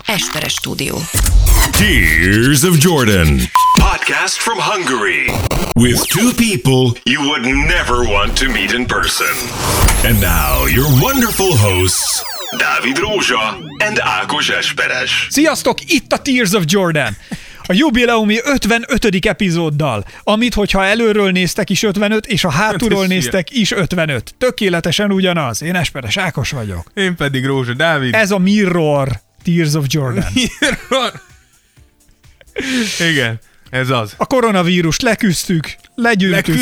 Esperes stúdió. Tears of Jordan. Podcast from Hungary. With two people you would never want to meet in person. And now your wonderful hosts, Dávid Rózsa and Ákos Esperes. Sziasztok, itt a Tears of Jordan. A jubileumi 55. epizóddal, amit, hogyha előről néztek is 55, és a hátulról néztek is 55. Tökéletesen ugyanaz. Én Esperes Ákos vagyok. Én pedig Rózsa Dávid. Ez a Mirror Tears of Jordan. Mirror. Igen, ez az. A koronavírust leküzdtük, legyűrtük.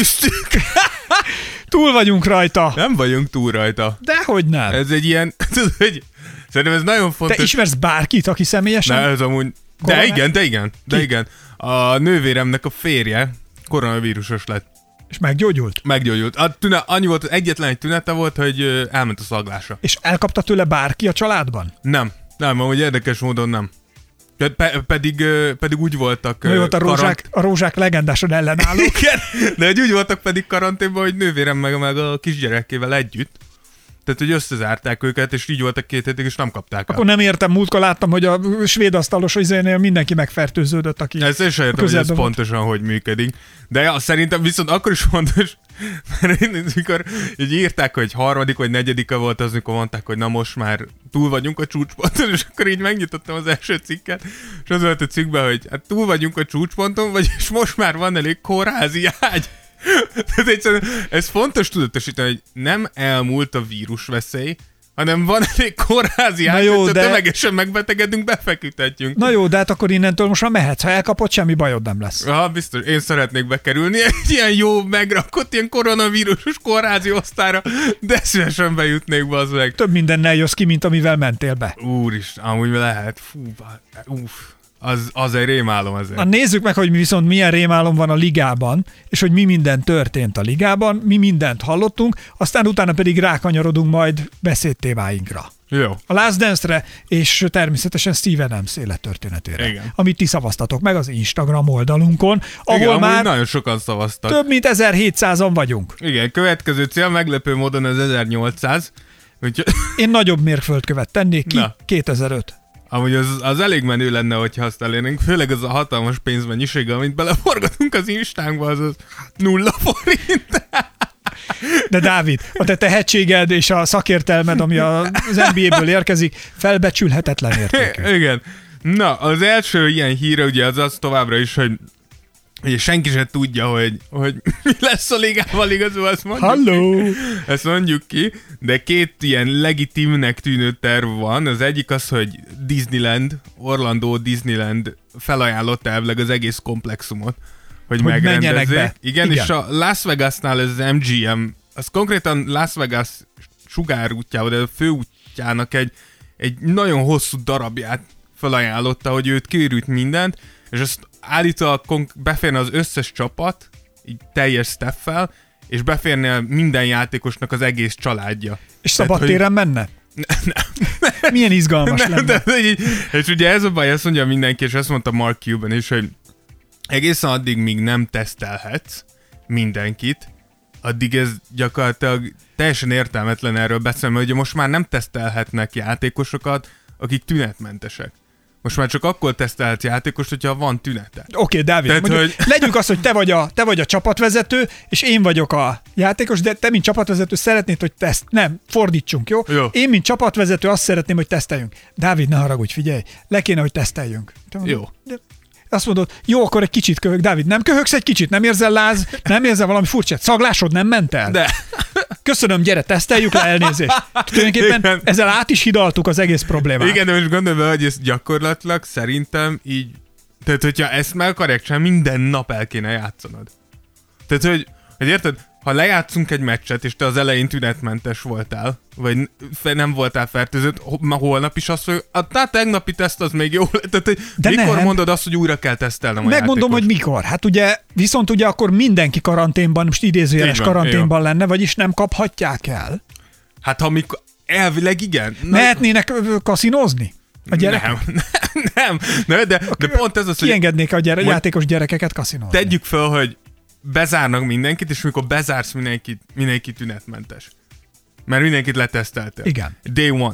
Túl vagyunk rajta. Nem vagyunk túl rajta. Dehogy nem. Ez egy ilyen... Szerintem ez nagyon fontos. Te ismersz bárkit, aki személyesen? Ne, ez amúgy... De igen. A nővéremnek a férje koronavírusos lett. És meggyógyult? Meggyógyult. Annyi volt, egyetlen egy tünete volt, hogy elment a szaglásra. És elkapta tőle bárki a családban? Nem, amúgy érdekes módon nem. Pedig úgy voltak... Jó, a rózsák legendásan ellenállók. Igen, de úgy voltak pedig karanténban, hogy nővérem meg a kisgyerekével együtt. Tehát, hogy összezárták őket, és így voltak 2 hétig, és nem kapták el. Akkor nem értem, múltkor láttam, hogy a svéd asztalos izénél mindenki megfertőződött, aki ezt én sem értem, hogy ez pontosan hogy működik. De ja, szerintem viszont akkor is fontos, mert mikor így írták, hogy 3. vagy 4. volt az, mikor mondták, hogy na most már túl vagyunk a csúcsponton, és akkor így megnyitottam az első cikket, és az volt a cikkben, hogy hát túl vagyunk a csúcsponton, vagyis most már van elég kórházi ágy. Tehát egyszerűen ez fontos tudatosítani, hogy nem elmúlt a vírusveszély, hanem van elég kórházi ágy, hogy tömegesen megbetegedünk, befeküdhetjünk. Na jó, de hát akkor innentől most már mehetsz. Ha elkapod, semmi bajod nem lesz. Biztos. Én szeretnék bekerülni egy ilyen jó, megrakott, ilyen koronavírusos kórházi osztályra, de szívesen bejutnék be az meg. Több mindennel jössz ki, mint amivel mentél be. Úristen, amúgy lehet. Az egy rémálom azért. Na nézzük meg, hogy viszont milyen rémálom van a ligában, és hogy mi minden történt a ligában, mi mindent hallottunk, aztán utána pedig rákanyarodunk majd beszédtémáinkra. Jó. A Last Dance-re, és természetesen Steven Adams élettörténetére. Igen. Amit ti szavaztatok meg az Instagram oldalunkon, ahol igen, már nagyon sokan szavaztak. Több mint 1700-an vagyunk. Igen, következő cél meglepő módon az 1800. Én nagyobb mérföldkövet tennék ki, 2005. Amúgy az elég menő lenne, hogyha azt elérnénk, főleg az a hatalmas pénzmennyisége, amit beleforgatunk az Instánkba, az 0 forint. De Dávid, a te tehetséged és a szakértelmed, ami az NBA-ből érkezik, felbecsülhetetlen értékű. Igen. Na, az első ilyen híre ugye az továbbra is, hogy senki sem tudja, hogy mi lesz a ligával, igazából ezt mondjuk Halló! Ezt mondjuk ki, de 2 ilyen legitimnek tűnő terv van. Az egyik az, hogy Orlando Disneyland felajánlotta elvileg az egész komplexumot, hogy megrendezzék. Igen, és a Las Vegasnál ez az MGM, az konkrétan Las Vegas sugárútjával, de a főútjának egy nagyon hosszú darabját felajánlotta, hogy őt kiürült mindent, és azt állítólag beférne az összes csapat, így teljes staffel, és beférne minden játékosnak az egész családja. És szabadtéren menne? Nem. Milyen izgalmas lenne. És ugye ez a baj, ezt mondja mindenki, és ezt mondta Mark Cuban is, hogy egészen addig, míg nem tesztelhetsz mindenkit, addig ez gyakorlatilag teljesen értelmetlen erről beszélni, hogy most már nem tesztelhetnek játékosokat, akik tünetmentesek. Most már csak akkor tesztelhetsz játékost, hogyha van tünete. Oké, Dávid, tehát, mondjuk, legyünk azt, hogy te vagy a csapatvezető, és én vagyok a játékos, de te, mint csapatvezető szeretnéd, hogy nem, fordítsunk, jó? Én, mint csapatvezető azt szeretném, hogy teszteljünk. Dávid, ne haragudj, figyelj, le kéne, hogy teszteljünk. Jó. Azt mondod, jó, akkor egy kicsit köhög. Dávid, nem köhögsz egy kicsit? Nem érzel láz? Nem érzel valami furcsát? Szaglásod nem ment el? De. Köszönöm, gyere, teszteljük le, elnézést. Tulajdonképpen ezzel át is hidaltuk az egész problémát. Igen, de most gondolj be, hogy ez gyakorlatilag szerintem így... Tehát, hogyha ezt meg akarják csinálni, minden nap el kéne játszanod. Tehát, hogy érted, ha lejátszunk egy meccset, és te az elején tünetmentes voltál, vagy nem voltál fertőzött, holnap is azt mondjuk, a tegnapi teszt az még jó. Tehát, mikor mondod azt, hogy újra kell tesztelnem a Megmondom, játékos? hogy mikor. Hát ugye, viszont ugye akkor mindenki karanténban, most idézőjeles karanténban lenne, vagyis nem kaphatják el. Hát ha mikor... Elvileg igen. Mehetnének kaszinózni? A gyerekek? Nem, de pont ez az, hogy... Kiengednék a játékos gyerekeket kaszinózni. Tegyük fel, hogy bezárnak mindenkit, és mikor bezársz mindenki tünetmentes. Mert mindenkit leteszteltél. Igen. Day one.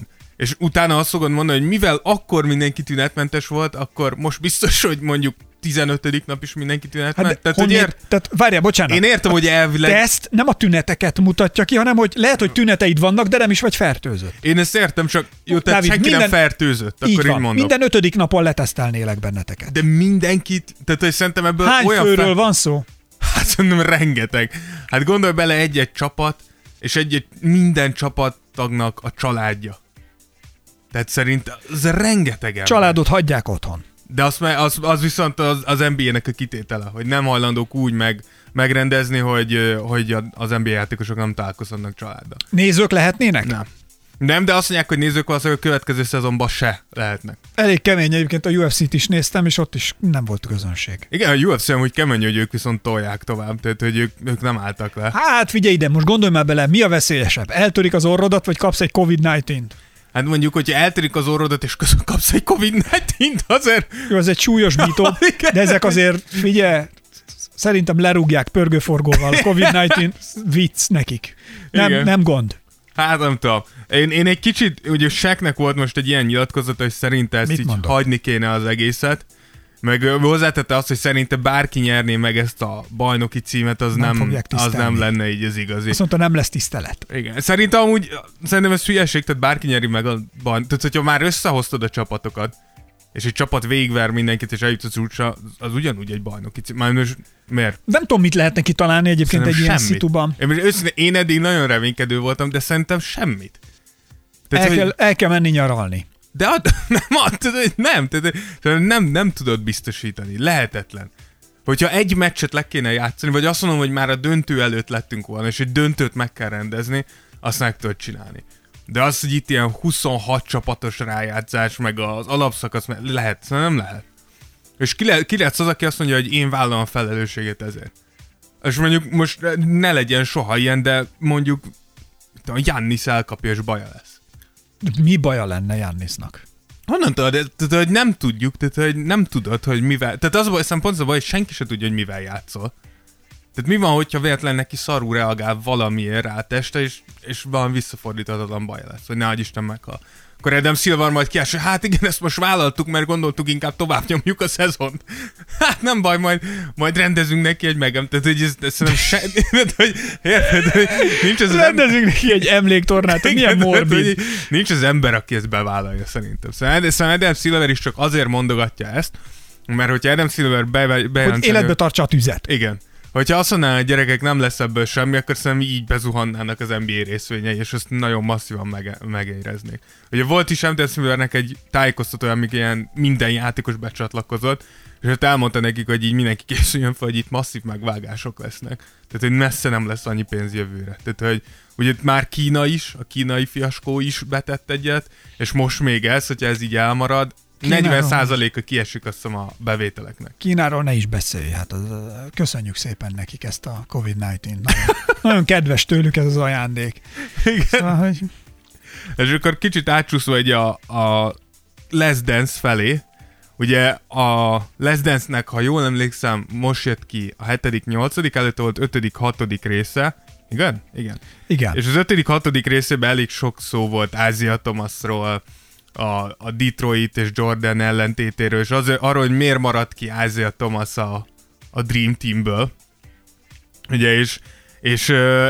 és utána azt fogod mondani, hogy mivel akkor mindenki tünetmentes volt, akkor most biztos, hogy mondjuk 15. nap is mindenki tünetmentes. Tehát várjál, bocsánat. Én értem, hogy elvileg... Teszt nem a tüneteket mutatja ki, hanem hogy lehet, hogy tüneteid vannak, de nem is vagy fertőzött. Én ezt értem, csak jó, tehát Dávid, senki nem fertőzött, akkor így mondom. Minden 5. napon letesztelnélek benneteket. De mindenkit, tehát hogy szerintem ebből hány olyan... Hány főről van szó? Hát szerintem rengeteg. Hát gondolj bele egy-egy csapat, és egy minden csapattagnak a családja. Tehát szerint az rengeteg ember. Családot hagyják otthon. De az viszont az NBA-nek a kitétele, hogy nem hajlandók úgy megrendezni, hogy az NBA játékosok nem találkozhatnak családdal. Nézők lehetnének? Nem, de azt mondják, hogy nézők valószínűleg a következő szezonban se lehetnek. Elég kemény, egyébként a UFC-t is néztem, és ott is nem volt közönség. Igen, a UFC amúgy kemény, hogy ők viszont tolják tovább, tehát hogy ők nem álltak le. Hát figyelj ide, most gondolj már bele, mi a veszélyesebb? Eltörik az orrodat, vagy kapsz egy COVID-19-t? Hát mondjuk, hogyha eltörik az orrodat, és közben kapsz egy COVID-19-t, azért... Jó, ez egy súlyosbító, de ezek azért, figyelj, szerintem lerúgják pörgőforgóval. A COVID-19 vicc nekik. Nem gond. Hát nem tudom. Én egy kicsit, ugye Shaqnek volt most egy ilyen nyilatkozata, hogy szerinte ezt így hagyni kéne az egészet. Meg hozzátette azt, hogy szerinte bárki nyerné meg ezt a bajnoki címet, az nem lenne így az igazi. Azt mondta, nem lesz tisztelet. Igen. Szerintem ez hülyeség, tehát bárki nyeri meg a bajnokot. Tehát, hogyha már összehoztad a csapatokat, és egy csapat végigver mindenkit, és eljut az úrcsa, az ugyanúgy egy bajnoki cím. Már most miért? Nem tudom, mit lehetne kitalálni egyébként egy ilyen szituban. Én eddig nagyon reménykedő voltam, de szerintem semmit. Tehát, el kell menni nyaralni. De nem tudod biztosítani. Lehetetlen. Hogyha egy meccset le kéne játszani, vagy azt mondom, hogy már a döntő előtt lettünk volna, és egy döntőt meg kell rendezni, azt meg tudod csinálni. De az, hogy itt ilyen 26 csapatos rájátszás, meg az alapszakasz, lehet, nem lehet. És ki lesz az, aki azt mondja, hogy én vállalom a felelősséget ezért. És mondjuk most ne legyen soha ilyen, de mondjuk Giannis elkapja, és baja lesz. Mi baja lenne Giannisnak? Honnan tudod? Tehát, hogy nem tudjuk, tehát, hogy nem tudod, hogy mivel... Tehát az a baj, pont az a baj, hogy senki se tudja, hogy mivel játszol. Tehát mi van, hogyha véletlen neki szarul reagál valamiért rá a teste, és valami visszafordíthatatlan baj lesz, hogy ne adj Isten meghal. Akkor Adam Silver majd kiáll, hogy hát igen, ezt most vállaltuk, mert gondoltuk, inkább tovább nyomjuk a szezont. Hát nem baj, majd rendezünk neki egy megem. Tehát, hogy ez nem se... Rendezünk neki egy emléktornát, hogy milyen morbid. Nincs az ember, aki ezt bevállalja szerintem. Szóval Adam Silver is csak azért mondogatja ezt, mert hogyha Adam Silver bejelenteni... Hogy életbe tartsa a tüzet. Igen. Hogyha azt mondaná, hogy gyerekek, nem lesz ebből semmi, akkor szerintem így bezuhannának az NBA részvényei, és ezt nagyon masszívan megéreznék. Ugye volt is Adam Silvernek egy tájékoztatója, amik ilyen minden játékos becsatlakozott, és ott elmondta nekik, hogy így mindenki készüljön fel, hogy itt masszív megvágások lesznek. Tehát, hogy messze nem lesz annyi pénz jövőre. Tehát, hogy ugye már Kína is, a kínai fiaskó is betett egyet, és most még ez, hogyha ez így elmarad, 40%-a kiesik, azt hiszem, a bevételeknek. Kínáról ne is beszélj, hát köszönjük szépen nekik ezt a COVID-19. Nagyon kedves tőlük ez az ajándék. Igen. Szóval, hogy... És akkor kicsit átcsúszva egy a Let's Dance felé. Ugye a Let's Dance-nek, ha jól emlékszem, most jött ki a 7.-8. előtt volt 5.-6. része. Igen? Igen. Igen. És az 5.-6. részében elég sok szó volt Isaiah Thomasról, a Detroit és Jordan ellentétéről, és arról, hogy miért maradt ki Isaiah Thomas a Dream Teamből. Ugye, és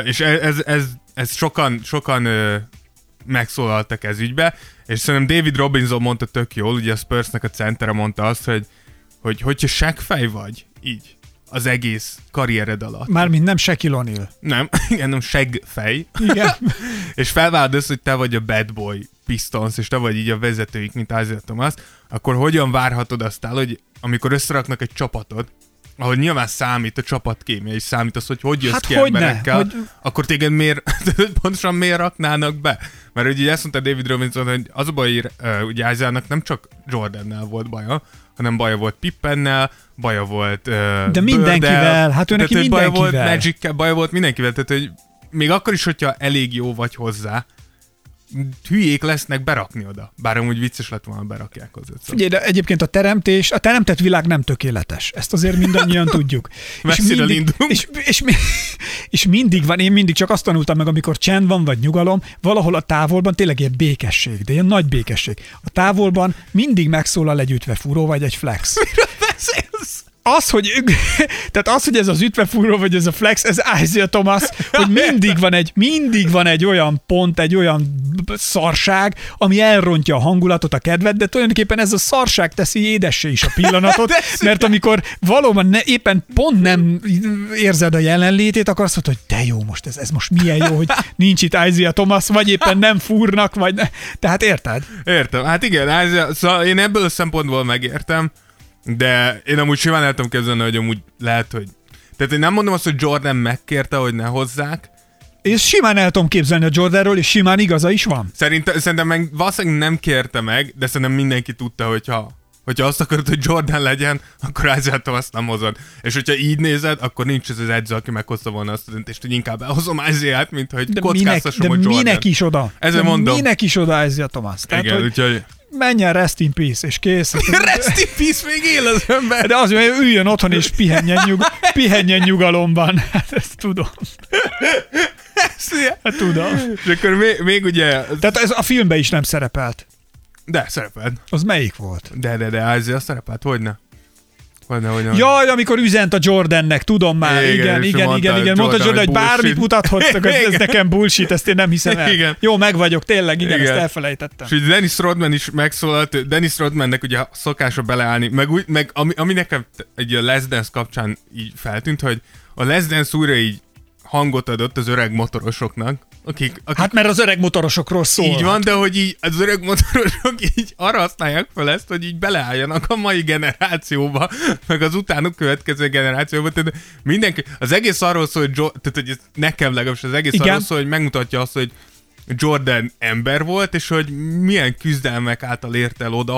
ez sokan megszólaltak ez ügybe, és szerintem David Robinson mondta tök jól, ugye a Spursnek a centere mondta azt, hogy hogyha seggfej vagy, így, az egész karriered alatt. Mármint nem Shaquille O'Neal. Nem, igen, nem seggfej. Igen. És felvállad azt, hogy te vagy a bad boy Pistons, és te vagy így a vezetőik, mint Isaiah Thomas, akkor hogyan várhatod azt el, hogy amikor összeraknak egy csapatot, ahogy nyilván számít a csapatkémia, és számít az, hogy jössz ki emberekkel, akkor téged pontosan miért raknának be? Mert ugye ezt mondta David Robinson, hogy az a baj, ugye Isaiahnak nem csak Jordannel volt baja, hanem baja volt Pippennel, baja volt de mindenkivel, hát ő neki mindenkivel. Baja volt Magickel, baja volt mindenkivel, tehát hogy még akkor is, hogyha elég jó vagy hozzá, hülyék lesznek berakni oda. Bár amúgy vicces lett volna, berakják hozzá. Figyelj, de egyébként a teremtett világ nem tökéletes. Ezt azért mindannyian tudjuk. És mindig van, én mindig csak azt tanultam meg, amikor csend van, vagy nyugalom, valahol a távolban tényleg ilyen békesség, de ilyen nagy békesség. A távolban mindig megszólal egy ütvefúró, vagy egy flex. Miről beszélsz? Az, hogy ez az ütvefúró, vagy ez a flex, ez Isaiah Thomas, hogy mindig van egy olyan pont, egy olyan szarság, ami elrontja a hangulatot, a kedvet, de tulajdonképpen ez a szarság teszi édessé is a pillanatot, mert amikor valóban éppen pont nem érzed a jelenlétét, akkor azt mondod, hogy de jó, most ez most milyen jó, hogy nincs itt Isaiah Thomas, vagy éppen nem fúrnak, vagy ne. Tehát érted? Értem, hát igen, szóval én ebből a szempontból megértem, de én amúgy simán el tudom képzelni, hogy amúgy lehet, hogy... Tehát én nem mondom azt, hogy Jordan megkérte, hogy ne hozzák. És simán el tudom képzelni a Jordanről, és simán igaza is van. Szerintem meg valószínűleg nem kérte meg, de szerintem mindenki tudta, hogyha azt akarod, hogy Jordan legyen, akkor Isaiah Thomas nem hozod. És hogyha így nézed, akkor nincs ez az edző, aki meghozta volna azt a döntést, hogy inkább elhozom Isaiah-t, mint hogy kockáztassam, hogy Jordan. De minek is oda? Ezzel mondom. Minek is oda Isaiah Thomas? Tehát, igen, úgyhogy... menjen rest in peace, és kész. Rest in peace, még él az ember. De az, hogy üljön otthon, és pihenjen nyugalomban. Hát ezt tudom. Hát tudom. És akkor még ugye... Tehát ez a filmben is nem szerepelt. De, szerepelt. Az melyik volt? De, Isaiah szerepelt, hogyne. Jaj, amikor üzent a Jordannek, tudom már, igen. Mondta Jordan, hogy bármit mutathattak, ez nekem bullshit, ezt én nem hiszem el. Igen. Jó, meg vagyok, tényleg, igen, ezt elfelejtettem. És Dennis Rodman is megszólalt, Dennis Rodmannek ugye szokása beleállni, meg ami nekem egy a Last Dance kapcsán így feltűnt, hogy a Last Dance újra így hangot adott az öreg motorosoknak, akik... Hát mert az öreg motorosokról szól. Így van, de hogy így az öreg motorosok így arra használják fel ezt, hogy így beleálljanak a mai generációba, meg az utánuk következő generációba. Tehát mindenki, az egész arról szól, hogy nekem legalábbis az egész arról szól, hogy megmutatja azt, hogy Jordan ember volt, és hogy milyen küzdelmek által ért el oda,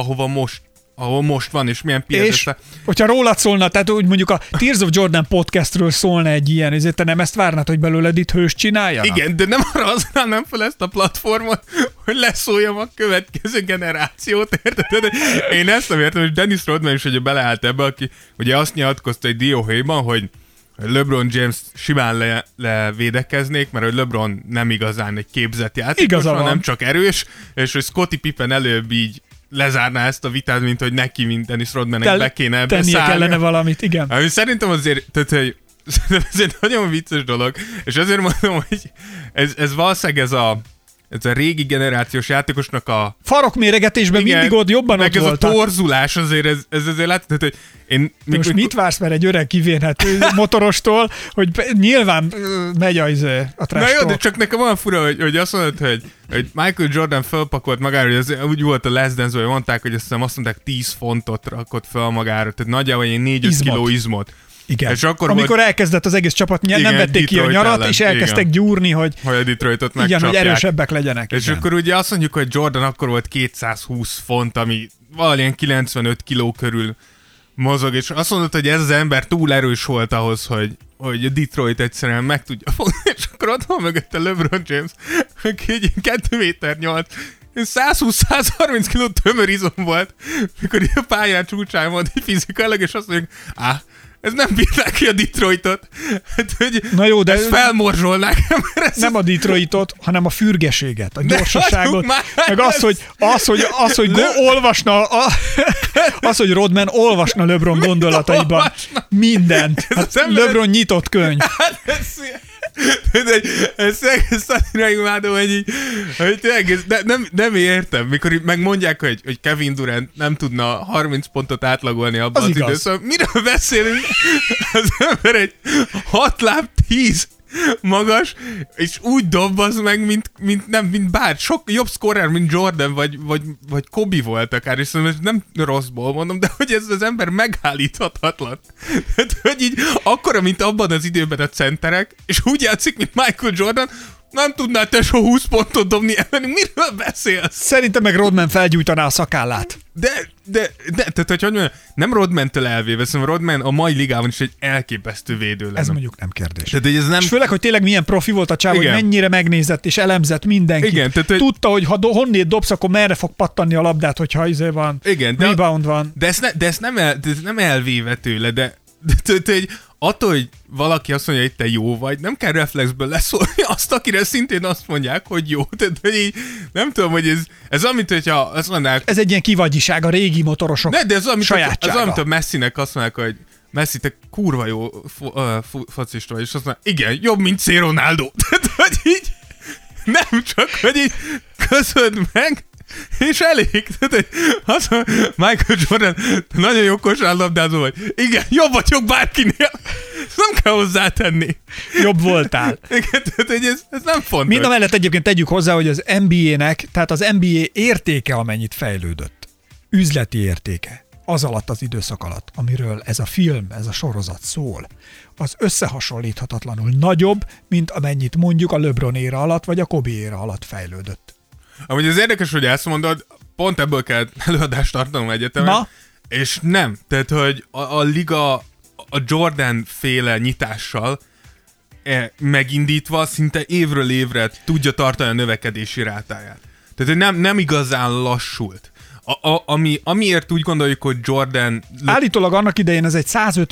ahol most van, és milyen piacra. És hogyha rólad szólna, tehát úgy mondjuk a Tears of Jordan podcastről szólna egy ilyen, ezért te nem ezt várnád, hogy belőled itt hős csináljanak? Igen, de nem arra használnám fel ezt a platformot, hogy leszóljam a következő generációt, érted? Én ezt nem értem, hogy Dennis Rodman is ugye beleállt ebbe, aki ugye azt nyilatkozta egy dióhéjban, hogy LeBron James simán levédekeznék, mert hogy LeBron nem igazán egy képzett játékos, hanem csak erős, és hogy Scottie Pippen előbb így lezárná ezt a vitát, mint hogy neki, mint Dennis Rodmannek be kéne tennie kellene valamit, igen. Ami szerintem azért, tehát, hogy ez egy nagyon vicces dolog, és azért mondom, hogy ez valószínűleg ez a régi generációs játékosnak a... Farokméregetésben mindig ott jobban ott voltak. Meg ez a torzulás azért, ez azért látod, hogy most mit vársz, mert egy öreg kivérhető motorostól, hogy nyilván megy a trash. Na jó, de csak nekem olyan fura, hogy azt mondod, hogy Michael Jordan felpakolt magára, hogy ez úgy volt a Last Dance, hogy mondták, hogy azt mondták 10 fontot rakott fel magára, tehát nagyjából egy 4-5 kiló izmot. Igen. És akkor amikor elkezdett az egész csapat, nem vették Detroit ki a nyarat, ellen, és elkezdtek gyúrni, hogy a Detroitot megcsapják. Igen, hogy erősebbek legyenek. És igen. akkor ugye azt mondjuk, hogy Jordan akkor volt 220 font, ami valamilyen 95 kiló körül mozog, és azt mondod, hogy ez az ember túl erős volt ahhoz, hogy a Detroit egyszerűen meg tudja fogni, és akkor ott van mögötte LeBron James, aki egy 2 méter 8, 120-130 kiló tömörizom volt, mikor a pályán csúcsán volt fizikailag, és azt mondjuk, ez nem bírták ki a Detroitot. Hát, hogy na jó, de ezt felmorzsolnák. Nem a Detroitot, hanem a fürgeséget, a gyorsaságot. Meg hogy olvasna, hogy Rodman olvasna LeBron gondolataiban mindent. Hát LeBron nyitott könyv. Ezt annyira imádom, hogy nem értem, mikor megmondják, hogy Kevin Durant nem tudna 30 pontot átlagolni abban az időszakban. Miről beszélünk? Az ember egy 6 láb 10 magas, és úgy dobbasz meg, mint bár. Sok jobb scorer, mint Jordan, vagy Kobe volt akár, és nem rosszból mondom, de hogy ez az ember megállíthatatlan. Hát, hogy így akkora, mint abban az időben a centerek, és úgy játszik, mint Michael Jordan, nem tudnál te so 20 pontot dobni ellen, miről beszélsz? Szerintem meg Rodman felgyújtaná a szakállát. tehát hogy mondjam, nem Rodman-től elvéve, szóval Rodman a mai ligában is egy elképesztő védő lenne. Ez mondjuk nem kérdés. Tehát, ez nem... És főleg, hogy tényleg milyen profi volt a csáv, hogy mennyire megnézett és elemzett mindenkit. Igen, tehát, tudta, hogy ha honnét dobsz, akkor merre fog pattanni a labdát, hogyha izé van, rebound van. De ez nem elvéve tőle, de attól, hogy valaki azt mondja, hogy te jó vagy, nem kell reflexből leszólni azt, akire szintén azt mondják, hogy jó. Tehát, hogy így, nem tudom, hogy ez amit, hogyha azt mondják... Ez egy ilyen kivagyiság, a régi motorosok de ez sajátsága. Ez amit a Messinek azt mondják, hogy Messi, te kurva jó focista vagy, és azt mondják, igen, jobb, mint C. Ronaldo. Tehát, hogy így, nem csak, hogy így köszönd meg, és elég. Tehát, azt mondja, Michael Jordan, nagyon jó kosárlabdázó vagy. Igen, jobb vagyok bárkinél. Nem kell hozzátenni. Jobb voltál. Igen, tehát ez nem fontos. Mind a mellett egyébként tegyük hozzá, hogy az NBA-nek, tehát az NBA értéke, amennyit fejlődött, üzleti értéke, az alatt az időszak alatt, amiről ez a film, ez a sorozat szól, az összehasonlíthatatlanul nagyobb, mint amennyit mondjuk a LeBron éra alatt, vagy a Kobe éra alatt fejlődött. Amúgy az érdekes, hogy ezt mondod, pont ebből kell előadást tartanom egyetemen, és nem. Tehát, hogy a liga a Jordan-féle nyitással megindítva szinte évről évre tudja tartani a növekedési rátáját. Tehát, hogy nem igazán lassult. Amiért úgy gondoljuk, hogy Jordan... Állítólag annak idején ez egy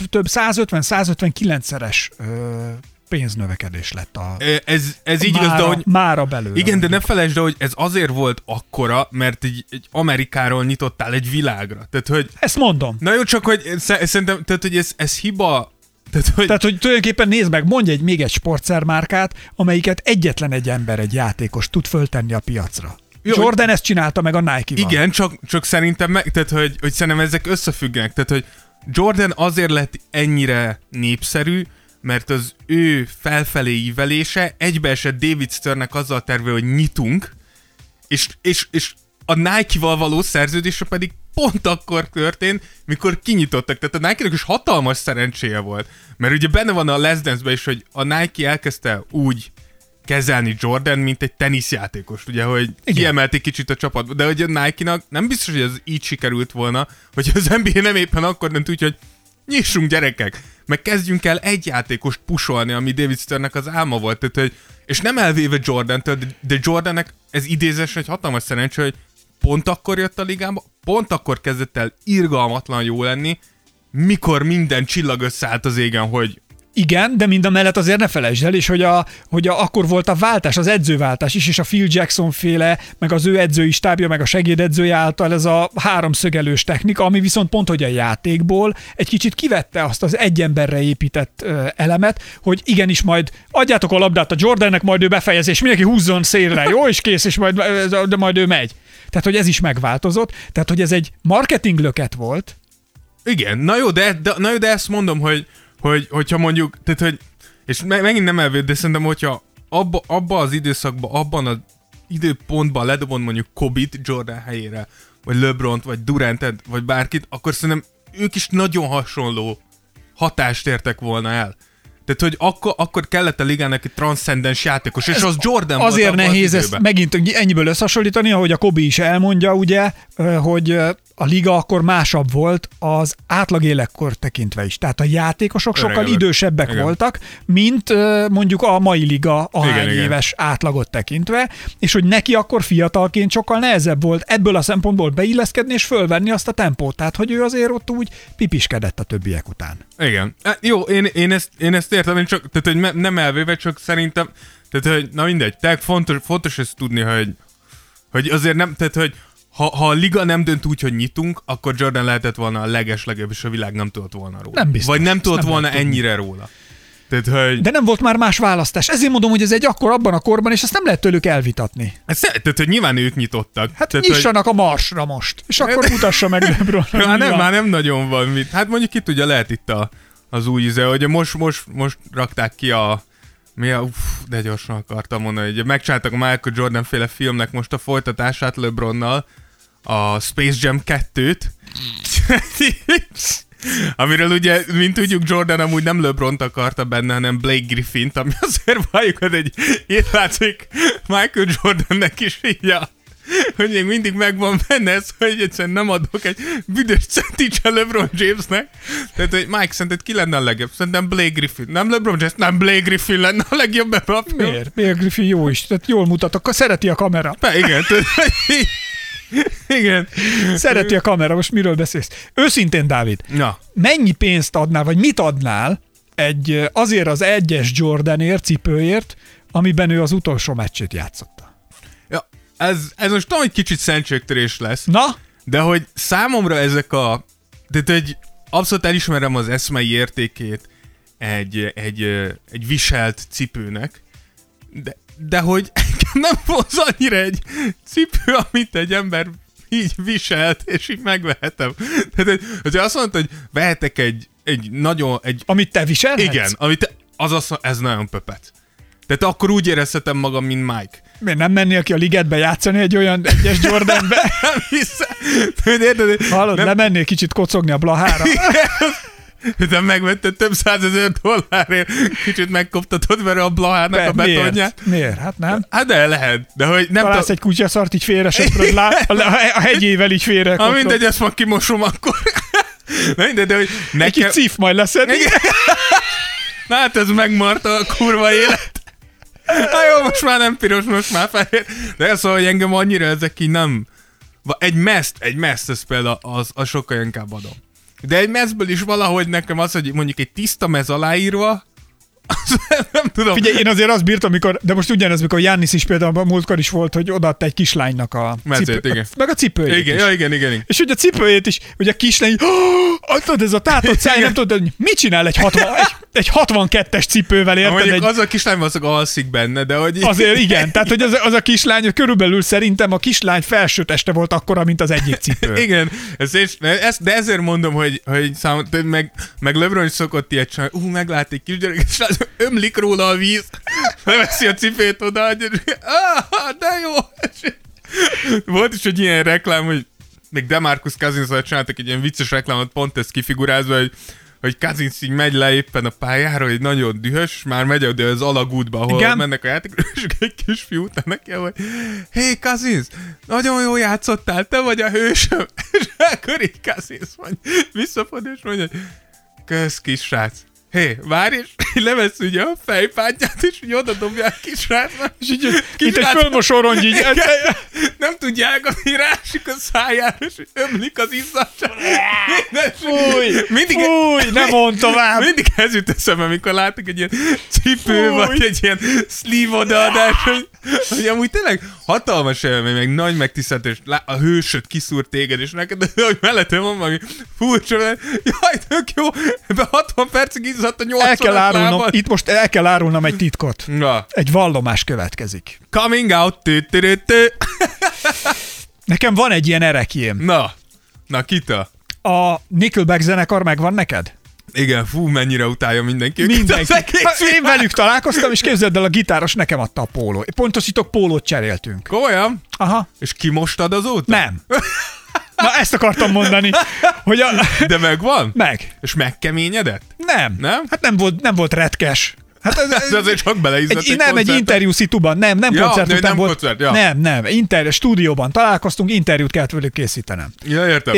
150-159-szeres pénznövekedés lett ez így igaz, de hogy... Mára belőle. Igen, de ne felejtsd, hogy ez azért volt akkora, mert egy Amerikáról nyitottál egy világra. Tehát, hogy... Ezt mondom. Na jó, csak hogy szerintem, tehát, hogy ez hiba... Tehát, hogy tulajdonképpen nézd meg, mondj még egy sportszermárkát, amelyiket egyetlen egy ember, egy játékos tud föltenni a piacra. Jó, Jordan ezt csinálta meg a Nike-val. Igen, csak szerintem tehát, hogy szerintem ezek összefüggenek. Tehát, hogy Jordan azért lett ennyire népszerű, mert az ő felfelé ívelése egybeesett David Sternnek azzal a terve, hogy nyitunk, és a Nike-val való szerződése pedig pont akkor történt, mikor kinyitottak. Tehát a Nike-nak is hatalmas szerencséje volt. Mert ugye benne van a Last Dance-ben is, hogy a Nike elkezdte úgy kezelni Jordan, mint egy teniszjátékos, ugye, hogy kiemelték kicsit a csapatba. De hogy a Nike-nak nem biztos, hogy ez így sikerült volna, hogy az NBA nem éppen akkor nem tudja, hogy nyissunk gyerekek, meg kezdjünk el egy játékost pusolni, ami David Sternnek az álma volt. Tehát, hogy, és nem elvéve Jordantől, de Jordannek ez idézés egy hatalmas szerencsé, hogy pont akkor jött a ligába, pont akkor kezdett el irgalmatlan jó lenni, mikor minden csillag összeállt az égen, hogy igen, de mind a mellett azért ne felejtsd el, és hogy akkor volt a váltás, az edzőváltás is, és a Phil Jackson féle, meg az ő edzői stábja, meg a segédedzője által ez a háromszögelős technika, ami viszont pont, hogy a játékból egy kicsit kivette azt az egy emberre épített elemet, hogy igenis majd adjátok a labdát a Jordannek, majd ő befejez, és mindenki húzzon szélre, jó, és kész, és majd ő megy. Tehát, hogy ez is megváltozott, tehát, hogy ez egy marketing löket volt. Igen, na jó, de ezt mondom, hogyha mondjuk, tehát, hogy, és megint nem elvéd, de szerintem, hogyha abba az időszakban, abban az időpontban ledobod mondjuk Kobe-t Jordan helyére, vagy LeBront, vagy Durantet, vagy bárkit, akkor szerintem ők is nagyon hasonló hatást értek volna el. Tehát, hogy akkor kellett a ligának egy transzcendens játékos, és az Jordan volt. Azért nehéz ezt megint ennyiből összehasonlítani, ahogy a Kobe is elmondja, ugye, hogy a liga akkor másabb volt az átlag életkor tekintve is. Tehát a játékosok sokkal idősebbek voltak, mint mondjuk a mai liga ahány éves átlagot tekintve, és hogy neki akkor fiatalként sokkal nehezebb volt ebből a szempontból beilleszkedni és fölvenni azt a tempót. Tehát, hogy ő azért ott úgy pipiskedett a többiek után. Igen. Jó, én ezt értem, én csak, tehát, hogy nem elvéve, csak szerintem, tehát, hogy na mindegy, tehát fontos ezt tudni, hogy azért nem, tehát, hogy ha a liga nem dönt úgy, hogy nyitunk, akkor Jordan lehetett volna a legeslegjobb, és a világ nem tudott volna róla. Nem biztos. Vagy nem tudott volna ennyire róla. Tehát, hogy... De nem volt már más választás. Ezért mondom, hogy ez egy akkor abban a korban, és ezt nem lehet tőlük elvitatni. Tehát, hogy nyilván ők nyitottak. Hát tehát, nyissanak a Marsra most, és akkor mutassa meg LeBron. Már nem nagyon van mit. Hát mondjuk ki tudja, lehet itt az új íze, hogy most rakták ki de gyorsan akartam mondani, hogy megcsináltak a Michael Jordan féle filmnek most a folytatását LeBronnal, a Space Jam 2-t, amiről ugye, mint tudjuk, Jordan amúgy nem LeBront akarta benne, hanem Blake Griffint, ami azért valljuk, hogy egy látszik Michael Jordannek is így hogy még mindig megvan benne ez, hogy egyszerűen nem adok egy büdös centit se LeBron Jamesnek. Tehát, hogy Mike, szerinted ki lenne a legjobb? Szerintem Blake Griffin. Nem LeBron James, nem Blake Griffin lenne a legjobb ebben a film. Miért? Blake Griffin jó is, tehát jól mutat, akkor szereti a kamera. Igen, igen. Szereti a kamera, most miről beszélsz? Őszintén, Dávid, Na. mennyi pénzt adnál, vagy mit adnál azért az 1-es Jordanért, cipőért, amiben ő az utolsó meccsét játszotta? Ja, ez most tudom, hogy kicsit szentségtörés lesz. Na? De hogy számomra ezek tehát egy abszolút elismerem az eszmei értékét egy viselt cipőnek, de hogy nem volt annyira egy cipő, amit egy ember így viselt, és így megvehetem. Tehát, hogyha azt mondta, hogy vehetek egy nagyon... Amit te viselhetsz? Igen, ez nagyon pöpet. Tehát akkor úgy érezhetem magam, mint Mike. Miért nem mennél ki a ligetbe játszani egy olyan 1-es Jordanbe? Nem hiszem. Hallod, nem mennél kicsit kocogni a Blahára? De megvetted több $100,000, kicsit megkoptatod vele a Blahárnak a betonját. Miért? Hát nem. Hát de lehet. De hogy nem találsz egy kutyaszart, így félre söpröd a hegyével így félre. Ha mindegy, ezt majd kimosom akkor. De hogy nekem... Egy kicsit cif majd leszedni. Na hát ez megmarta a kurva élet. Na jó, most már nem piros, most már fehér. De ez szóval, hogy engem annyira ezek így nem... Egy meszt, ez például az sokkal inkább adom. De egy mezből is valahogy nekem az, hogy mondjuk egy tiszta mez aláírva, nem tudom. Figyelj, én azért azt bírtam, de most ugyanez, mikor Giannis is például múltkor is volt, hogy odaadta egy kislánynak a cipőjét. Meg a cipőjét igen, is. Ja, igen. És ugye a cipőjét is, ugye a kislány, tudod, ez a tátott száj, nem tudod, mit csinál egy 62-es cipővel, érted? Mondjuk az a kislány valószínűleg alszik benne, de hogy... Azért igen, tehát hogy az a kislány, körülbelül szerintem a kislány felső teste volt akkora, mint az egyik cipő. Igen, de ezért mondom, hogy meg LeBron is szokott ilyet csinálni, meglát egy kisgyerek, és ömlik róla a víz, leveszi a cipőt oda, de jó. Volt is egy ilyen reklám, hogy még DeMarcus Cousinsról csináltak egy ilyen vicces reklámot, pont ezt kifigurázva, hogy Cousins így megy le éppen a pályára, hogy nagyon dühös, már megy oda az alagútba, ahol igen. Mennek a játékok, és egy kisfiú utána neki, hogy hey Cousins, nagyon jól játszottál, te vagy a hősöm. És akkor így Cousins visszafordul, és mondja, hogy kösz kisrác. Hé, várj, és levesz ugye a fejpántját, és így oda dobja a kisrácnak. És így, mint egy fölmosó rongy, így. Nem tudja elgondolni, rásik a szájára, és ömlik az izzadság. Fúj, nem mond tovább. Mindig ez jut eszembe, amikor látok egy ilyen cipő, vagy egy ilyen sleeve odaadás, hogy amúgy tényleg hatalmas élmény, meg nagy megtiszteltés, a hősöd kiszúr téged, és neked, hogy mellette van valami furcsa, jaj, tök jó, ebben 60 percig izzadt a 80 itt most el kell árulnom egy titkot. Na. Egy vallomás következik. Coming out. Nekem van egy ilyen erekjém. Na, kita? A Nickelback zenekar megvan neked? Igen, mennyire utálja mindenki. Én velük találkoztam, és képzeld el, a gitáros nekem adta a póló. Pontosítok, pólót cseréltünk. Komolyan? Aha. És kimostad azóta? Nem. Na, ezt akartam mondani. Hogy De megvan? Meg. És megkeményedett? Nem. Hát nem volt retkes. Hát ez azért csak beleizzadt egy nem, egy interjú szituban, nem koncert után volt. Koncert, ja. Nem, stúdióban találkoztunk, interjút kellett velük készítenem. Ja, értem.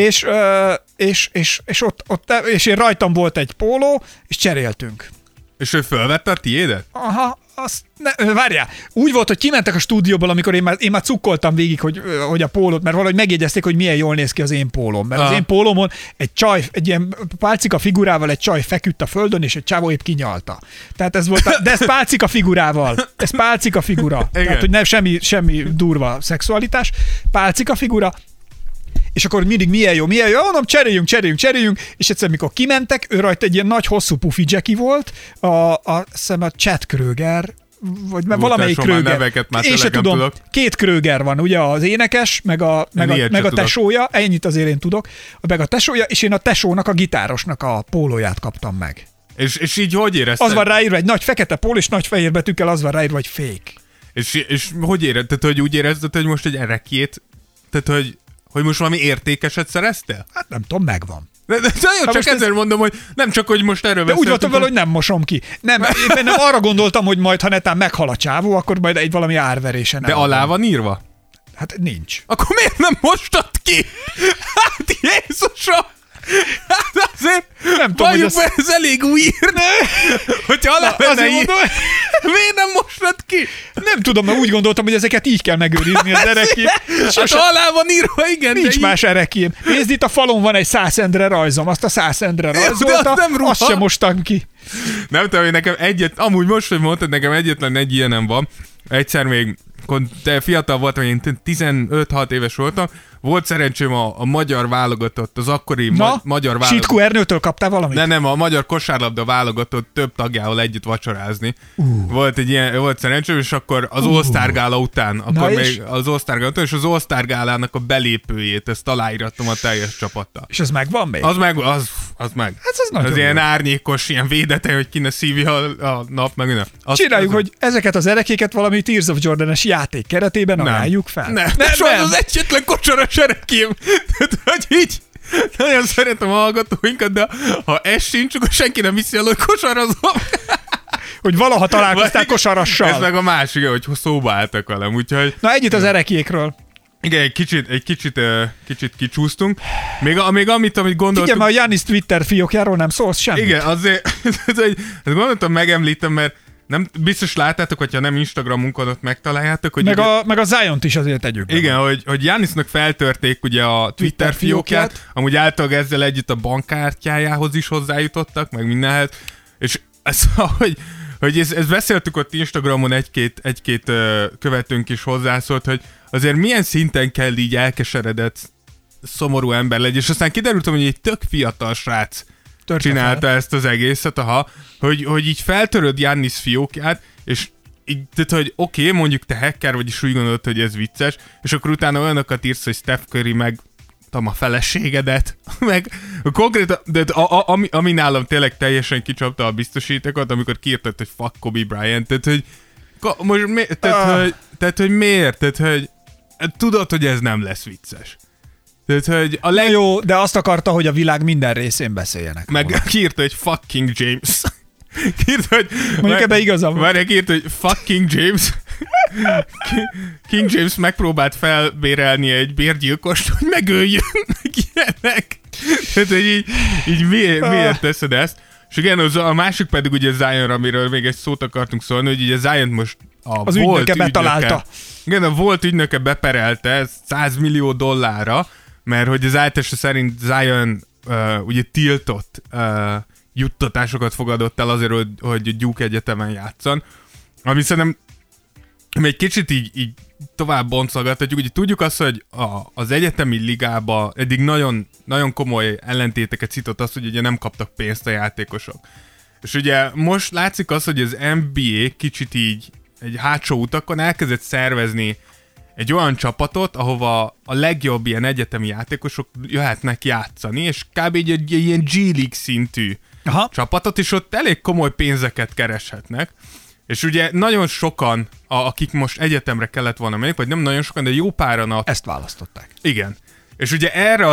És én rajtam volt egy póló, és cseréltünk. És ő fölvette a tiédet? Aha, várjál. Úgy volt, hogy kimentek a stúdióból, amikor én már cukkoltam végig, hogy a pólót, mert valahogy megjegyezték, hogy milyen jól néz ki az én pólóm. Mert az én pólómon egy ilyen pálcika figurával egy csaj feküdt a földön, és egy csávó épp kinyalta. Tehát ez volt, de ez pálcika figurával. Ez pálcika figura. Tehát, hogy nem semmi durva szexualitás. Pálcika figura. És akkor mindig milyen jó, mondom, cseréljünk, és egyszer, mikor kimentek, ő rajta egy ilyen nagy, hosszú pufi Jackie volt, a Chad Kroeger, vagy valamelyik Kroeger. Én se tudom, tudok. 2 Kroeger van, ugye az énekes, meg a tesója, ennyit azért én tudok, meg a tesója, és én a tesónak, a gitárosnak a pólóját kaptam meg. És így hogy érezted? Az van ráírva, egy nagy fekete póló, és nagy fehér betűkkel az van ráírva, hogy fake. És hogy érezted? Tehát, hogy úgy érezted, hogy most egy erekjét, tehát, hogy most valami értékeset szereztél? Hát nem tudom, megvan. De nagyon csak ezért mondom, hogy nem csak, hogy most erről beszéltünk. De úgy voltam vele, hogy nem mosom ki. Nem arra gondoltam, hogy majd, ha netán meghal a csávó, akkor majd egy valami árverésen. De alá van írva? Hát nincs. Akkor miért nem mostad ki? Hát Jézusom! Hát azért Nem tudom, hogy ez elég weird, hogyha alá lenne így. Miért nem mostad ki? Nem tudom, mert úgy gondoltam, hogy ezeket így kell megőrizni az erekém. Hát alá van írva, igen. Nincs más erekém. Nézd, itt a falon van egy 100 endre rajzom, azt a 100 endre rajzolta, azt sem mostam ki. Nem tudom, hogy nekem amúgy most, hogy mondtad, nekem egyetlen egy ilyenem van. Egyszer még, te fiatal voltam, én 15-6 éves voltam, volt szerencsém a magyar válogatott, az akkori magyar válogatott. Sitkó Ernőtől kaptál valamit? Nem, a magyar kosárlabda válogatott több tagjával együtt vacsorázni. Volt szerencsém, és akkor az All-Star gála után, akkor még az All-Star gála után, és az All-Star gálának a belépőjét, ezt aláírattam a teljes csapattal. És az megvan még? Az meg. Hát az ilyen jó. árnyékos, ilyen védete, hogy ki ne szívja a nap, meg minden. Csináljuk, hogy ezeket az erekéket valami Tears of Jordan-es játék keretében ajánljuk fel. Nem. Az egyetlen kocsaras erekém. Tehát, hogy így nagyon szeretem a hallgatóinkat, de ha ez sincs, akkor senki nem hiszi el, hogy kosarazom. Hogy valaha találkoztál kosarassal. Ez meg a másik, hogy szóba álltak velem, úgyhogy... Na, együtt az erekékről. Igen, egy kicsit kicsúsztunk. Még amit gondoltam... Figyelj, mert a Giannis Twitter fiókjáról nem szólsz semmit. Igen, azért ezt gondoltam, megemlítem, mert nem biztos láttátok, hogyha nem Instagramunkon ott megtaláljátok, hogy... Meg a Ziont is azért tegyük. Igen, hogy Giannisnak feltörték ugye a Twitter fiókját, amúgy általában ezzel együtt a bankkártyájához is hozzájutottak, meg mindenhez, és hogy ezt beszéltük ott Instagramon, egy-két követőnk is hozzászólt, hogy azért milyen szinten kell így elkeseredett, szomorú ember legyen, és aztán kiderült, hogy egy tök fiatal srác csinálta ezt az egészet, hogy így feltöröd Giannis fiókját, és így, tehát, hogy oké, mondjuk te hacker vagy, és úgy gondolod, hogy ez vicces, és akkor utána olyanokat írsz, hogy Steph Curry meg a feleségedet, meg konkrétan, de ami nálam tényleg teljesen kicsapta a biztosítékot, amikor kiírtad, hogy fuck Kobe Bryant, tehát, hogy most tehát, hogy miért? Tehát, hogy tudod, hogy ez nem lesz vicces. Tehát, hogy Jó, de azt akarta, hogy a világ minden részén beszéljenek. Meg kiírta, hogy fucking James. Kiírta, hogy... Mondjuk ebben igazam. Várj, kiírta, hogy fucking James. King James megpróbált felbérelni egy bérgyilkost, hogy megöljön, meg ilyenek. Tehát, hogy így miért teszed ezt? És igen, a másik pedig ugye Zion, amiről még egy szót akartunk szólni, hogy ugye Zion most az ügynöke betalálta. Igen, a volt ügynöke beperelte $100 millió, mert hogy az általása szerint Zion ugye tiltott juttatásokat fogadott el azért, hogy Duke Egyetemen játszon. Ami szerintem egy kicsit így tovább boncolgatjuk. Ugye tudjuk azt, hogy az egyetemi ligába eddig nagyon, nagyon komoly ellentéteket szitott az, hogy ugye nem kaptak pénzt a játékosok. És ugye most látszik az, hogy az NBA kicsit így egy hátsó utakon elkezdett szervezni egy olyan csapatot, ahova a legjobb ilyen egyetemi játékosok jöhetnek játszani, és kb. Egy ilyen G-League szintű csapatot, és ott elég komoly pénzeket kereshetnek. És ugye nagyon sokan, akik most egyetemre kellett volna menni, vagy nem nagyon sokan, de jó páran ezt választották. Igen. És ugye erre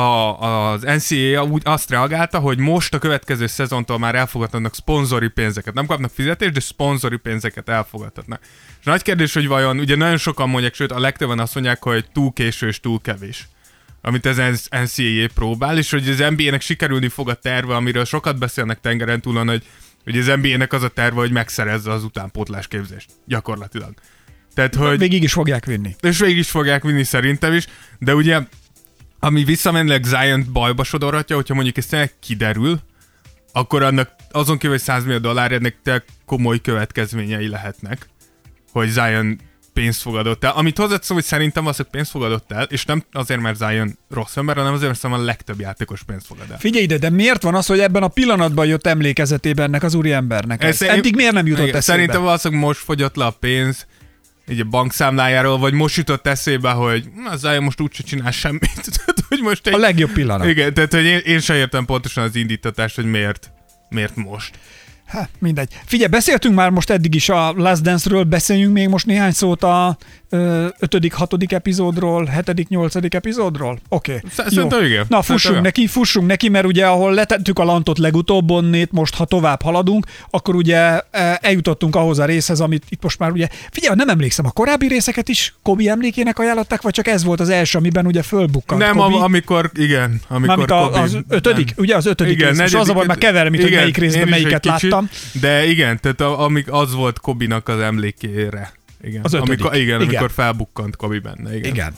az NCAA úgy azt reagálta, hogy most a következő szezontól már elfogadhatnak szponzori pénzeket. Nem kapnak fizetést, de szponzori pénzeket elfogadhatnak. És nagy kérdés, hogy vajon, ugye nagyon sokan mondják, sőt a legtöbben azt mondják, hogy túl késő és túl kevés, amit az NCAA próbál, és hogy az NBA-nek sikerülni fog a terve, amiről sokat beszélnek tengeren túlon, hogy az NBA-nek az a terve, hogy megszerezze az utánpótlás képzést. Gyakorlatilag. Tehát, hogy... Végig is fogják vinni. És végig is fogják vinni szerintem is, de ugye ami visszamenőleg Zion bajba sodorhatja, hogyha mondjuk ez tényleg kiderül, akkor annak azon kívül, hogy $100 millió, ennek tényleg komoly következményei lehetnek, hogy Zion pénzt fogadott el. Amit hozzátszom, hogy szerintem az, hogy pénzt fogadott el, és nem azért, mert Zion rossz ember, hanem azért, mert szerintem a legtöbb játékos pénzt fogad el. Figyelj ide, de miért van az, hogy ebben a pillanatban jött emlékezetében ennek az úriembernek? Eddig miért nem jutott eszébe? Szerintem valószínűleg most fogyott le a pénz, így a bankszámlájáról, vagy most jutott eszébe, hogy Zion most úgyse csinál semmit. Hogy most a legjobb pillanat. Igen, tehát hogy én sem értem pontosan az indítatást, hogy miért most. Mindegy. Figyelj, beszéltünk már most eddig is a Last Dance-ről, beszéljünk még most néhány szót a 5., 6. epizódról, 7., 8. epizódról? Oké. Szerintem igen. Na, fussunk neki, mert ugye ahol letettük a lantot legutóbb onnét, most ha tovább haladunk, akkor ugye eljutottunk ahhoz a részhez, amit itt most már ugye, figyelj, nem emlékszem, a korábbi részeket is Kobi emlékének ajánlották, vagy csak ez volt az első, amiben ugye fölbukkant Nem, Kobi? amikor Kobi. Az 5., ugye az 5. Igen, rész, és az a baj, már keverem, hogy melyik részben melyiket láttam. De igen, tehát az volt Kobinak az emlékére. Igen, az 5. Amikor felbukkant Kobi benne. Igen.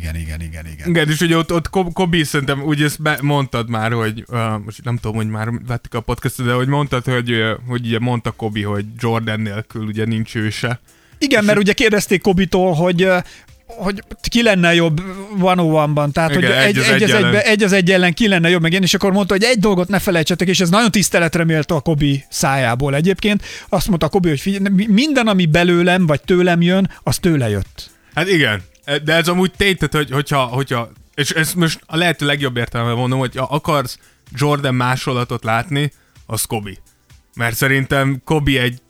Igen. És ugye ott Kobi szerintem, úgy ezt mondtad már, hogy most nem tudom, hogy már vettük a podcastot, de hogy mondtad, hogy ugye mondta Kobi, hogy Jordan nélkül ugye nincs őse. Igen, mert ugye kérdezték Kobitól, hogy ki lenne jobb 101-ban, tehát igen, hogy egy az egy ellen ki lenne jobb, meg én, és akkor mondta, hogy egy dolgot ne felejtsetek, és ez nagyon tiszteletre méltó a Kobi szájából egyébként. Azt mondta a Kobi, hogy figyelj, minden, ami belőlem vagy tőlem jön, az tőle jött. Hát igen, de ez amúgy tény, tehát hogyha és ezt most a lehető legjobb értelemben mondom, hogy akarsz Jordan másolatot látni, az Kobi. Mert szerintem Kobi egy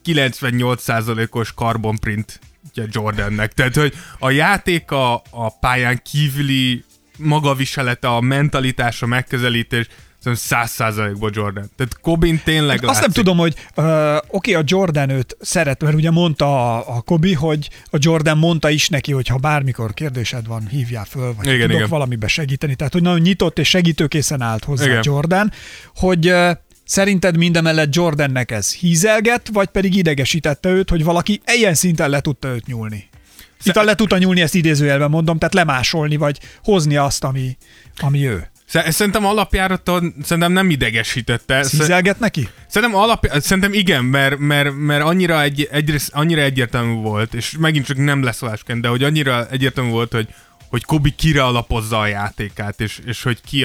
98%-os carbon print Jordannek. Tehát, hogy a játéka, a pályán kívüli magaviselete, a mentalitás, a megközelítés, szerintem 100%-ból Jordan. Tehát Kobin tényleg látszik. Azt nem tudom, hogy oké, a Jordan őt szeret, mert ugye mondta a Kobi, hogy a Jordan mondta is neki, hogy ha bármikor kérdésed van, hívjál föl, vagy tudok valamibe segíteni. Tehát, hogy nagyon nyitott és segítőkészen állt hozzá Jordan, hogy szerinted mindemellett Jordannek ez hízelget, vagy pedig idegesítette őt, hogy valaki ilyen szinten le tudta őt nyúlni? Itt le tudta nyúlni, ezt idézőjelben mondom, tehát lemásolni, vagy hozni azt, ami ő. Szerintem alapjáraton szerintem nem idegesítette. Hízelget neki? Szerintem igen, mert annyira egyértelmű volt, és megint csak nem leszólásként, de hogy annyira egyértelmű volt, hogy Kobi kire alapozza a játékát, és hogy ki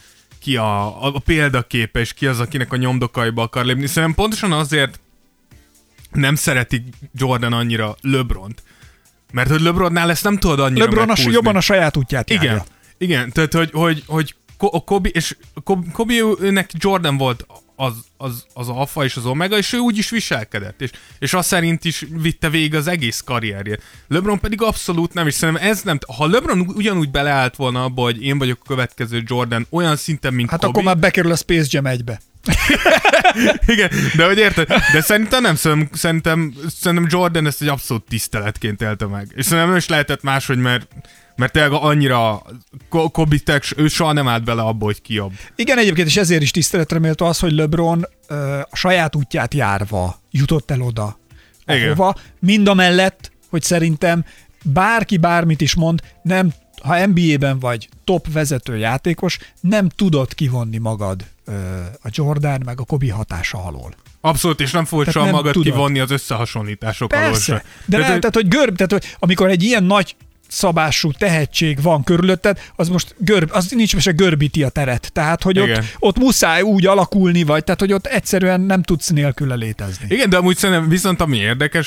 a példaképe, és ki az, akinek a nyomdokaiba akar lépni. Szerintem pontosan azért nem szereti Jordan annyira LeBront. Mert hogy LeBronnál ezt nem tudod annyira meghúzni. Jobban a saját útját járja. Igen, tehát hogy Kobi, és Kobi őnek Jordan volt az alfa és az omega, és ő úgy is viselkedett, és azt szerint is vitte végig az egész karrierjét. LeBron pedig abszolút nem, és szerintem ez nem, ha LeBron ugyanúgy beleállt volna abba, hogy én vagyok a következő Jordan, olyan szinten, mint Kobi. Hát akkor már bekerül a Space Jam 1-be. Igen, de hogy érted? De szerintem nem, szerintem Jordan ezt egy abszolút tiszteletként élte meg. És szerintem nem is lehetett máshogy, mert tényleg annyira Kobi, ő soha nem állt bele abba, hogy ki jobb. Igen, egyébként is ezért is tiszteletre méltó az, hogy LeBron a saját útját járva jutott el oda, ahova. Mindamellett, hogy szerintem bárki bármit is mond, nem, ha NBA-ben vagy top vezető játékos, nem tudod kivonni magad a Jordan meg a Kobi hatása alól. Abszolút, és nem fogod soha magad kivonni az összehasonlítások alól. Persze, de tehát, hogy amikor egy ilyen nagy szabású tehetség van körülötted, az most az nincs most görbíti a teret. Tehát, hogy ott muszáj úgy alakulni, vagy tehát, hogy ott egyszerűen nem tudsz nélküle létezni. Igen, de amúgy szerintem viszont ami érdekes,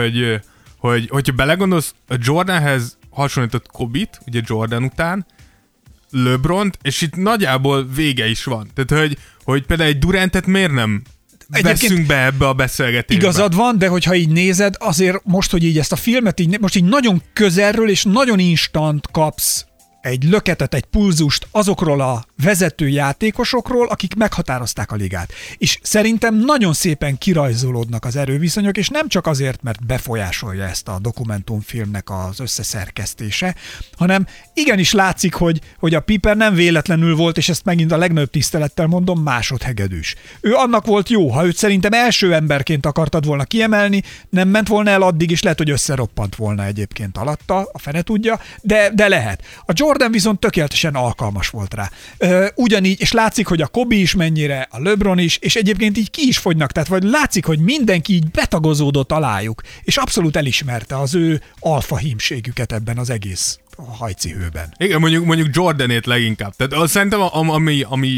hogyha belegondolsz, a Jordanhez hasonlított Kobit, ugye Jordan után, LeBront, és itt nagyjából vége is van. Tehát, hogy például egy Durantet miért nem veszünk be ebbe a beszélgetésbe. Igazad van, de hogyha így nézed, azért most, hogy így ezt a filmet most így nagyon közelről és nagyon instant kapsz egy löketet, egy pulzust azokról a vezető játékosokról, akik meghatározták a ligát. És szerintem nagyon szépen kirajzolódnak az erőviszonyok, és nem csak azért, mert befolyásolja ezt a dokumentumfilmnek az összeszerkesztése, hanem igenis látszik, hogy a Pippen nem véletlenül volt, és ezt megint a legnagyobb tisztelettel mondom, másodhegedűs. Ő annak volt jó, ha őt szerintem első emberként akartad volna kiemelni, nem ment volna el addig, és lehet, hogy összeroppant volna egyébként alatta, a fene tudja, de lehet. A Jordan viszont tökéletesen alkalmas volt rá. Ugyanígy, és látszik, hogy a Kobi is mennyire, a LeBron is, és egyébként így ki is fogynak, tehát vagy látszik, hogy mindenki így betagozódott alájuk, és abszolút elismerte az ő alfa hímségüket ebben az egész hajcihőben. Igen, mondjuk Jordanét leginkább. Tehát szerintem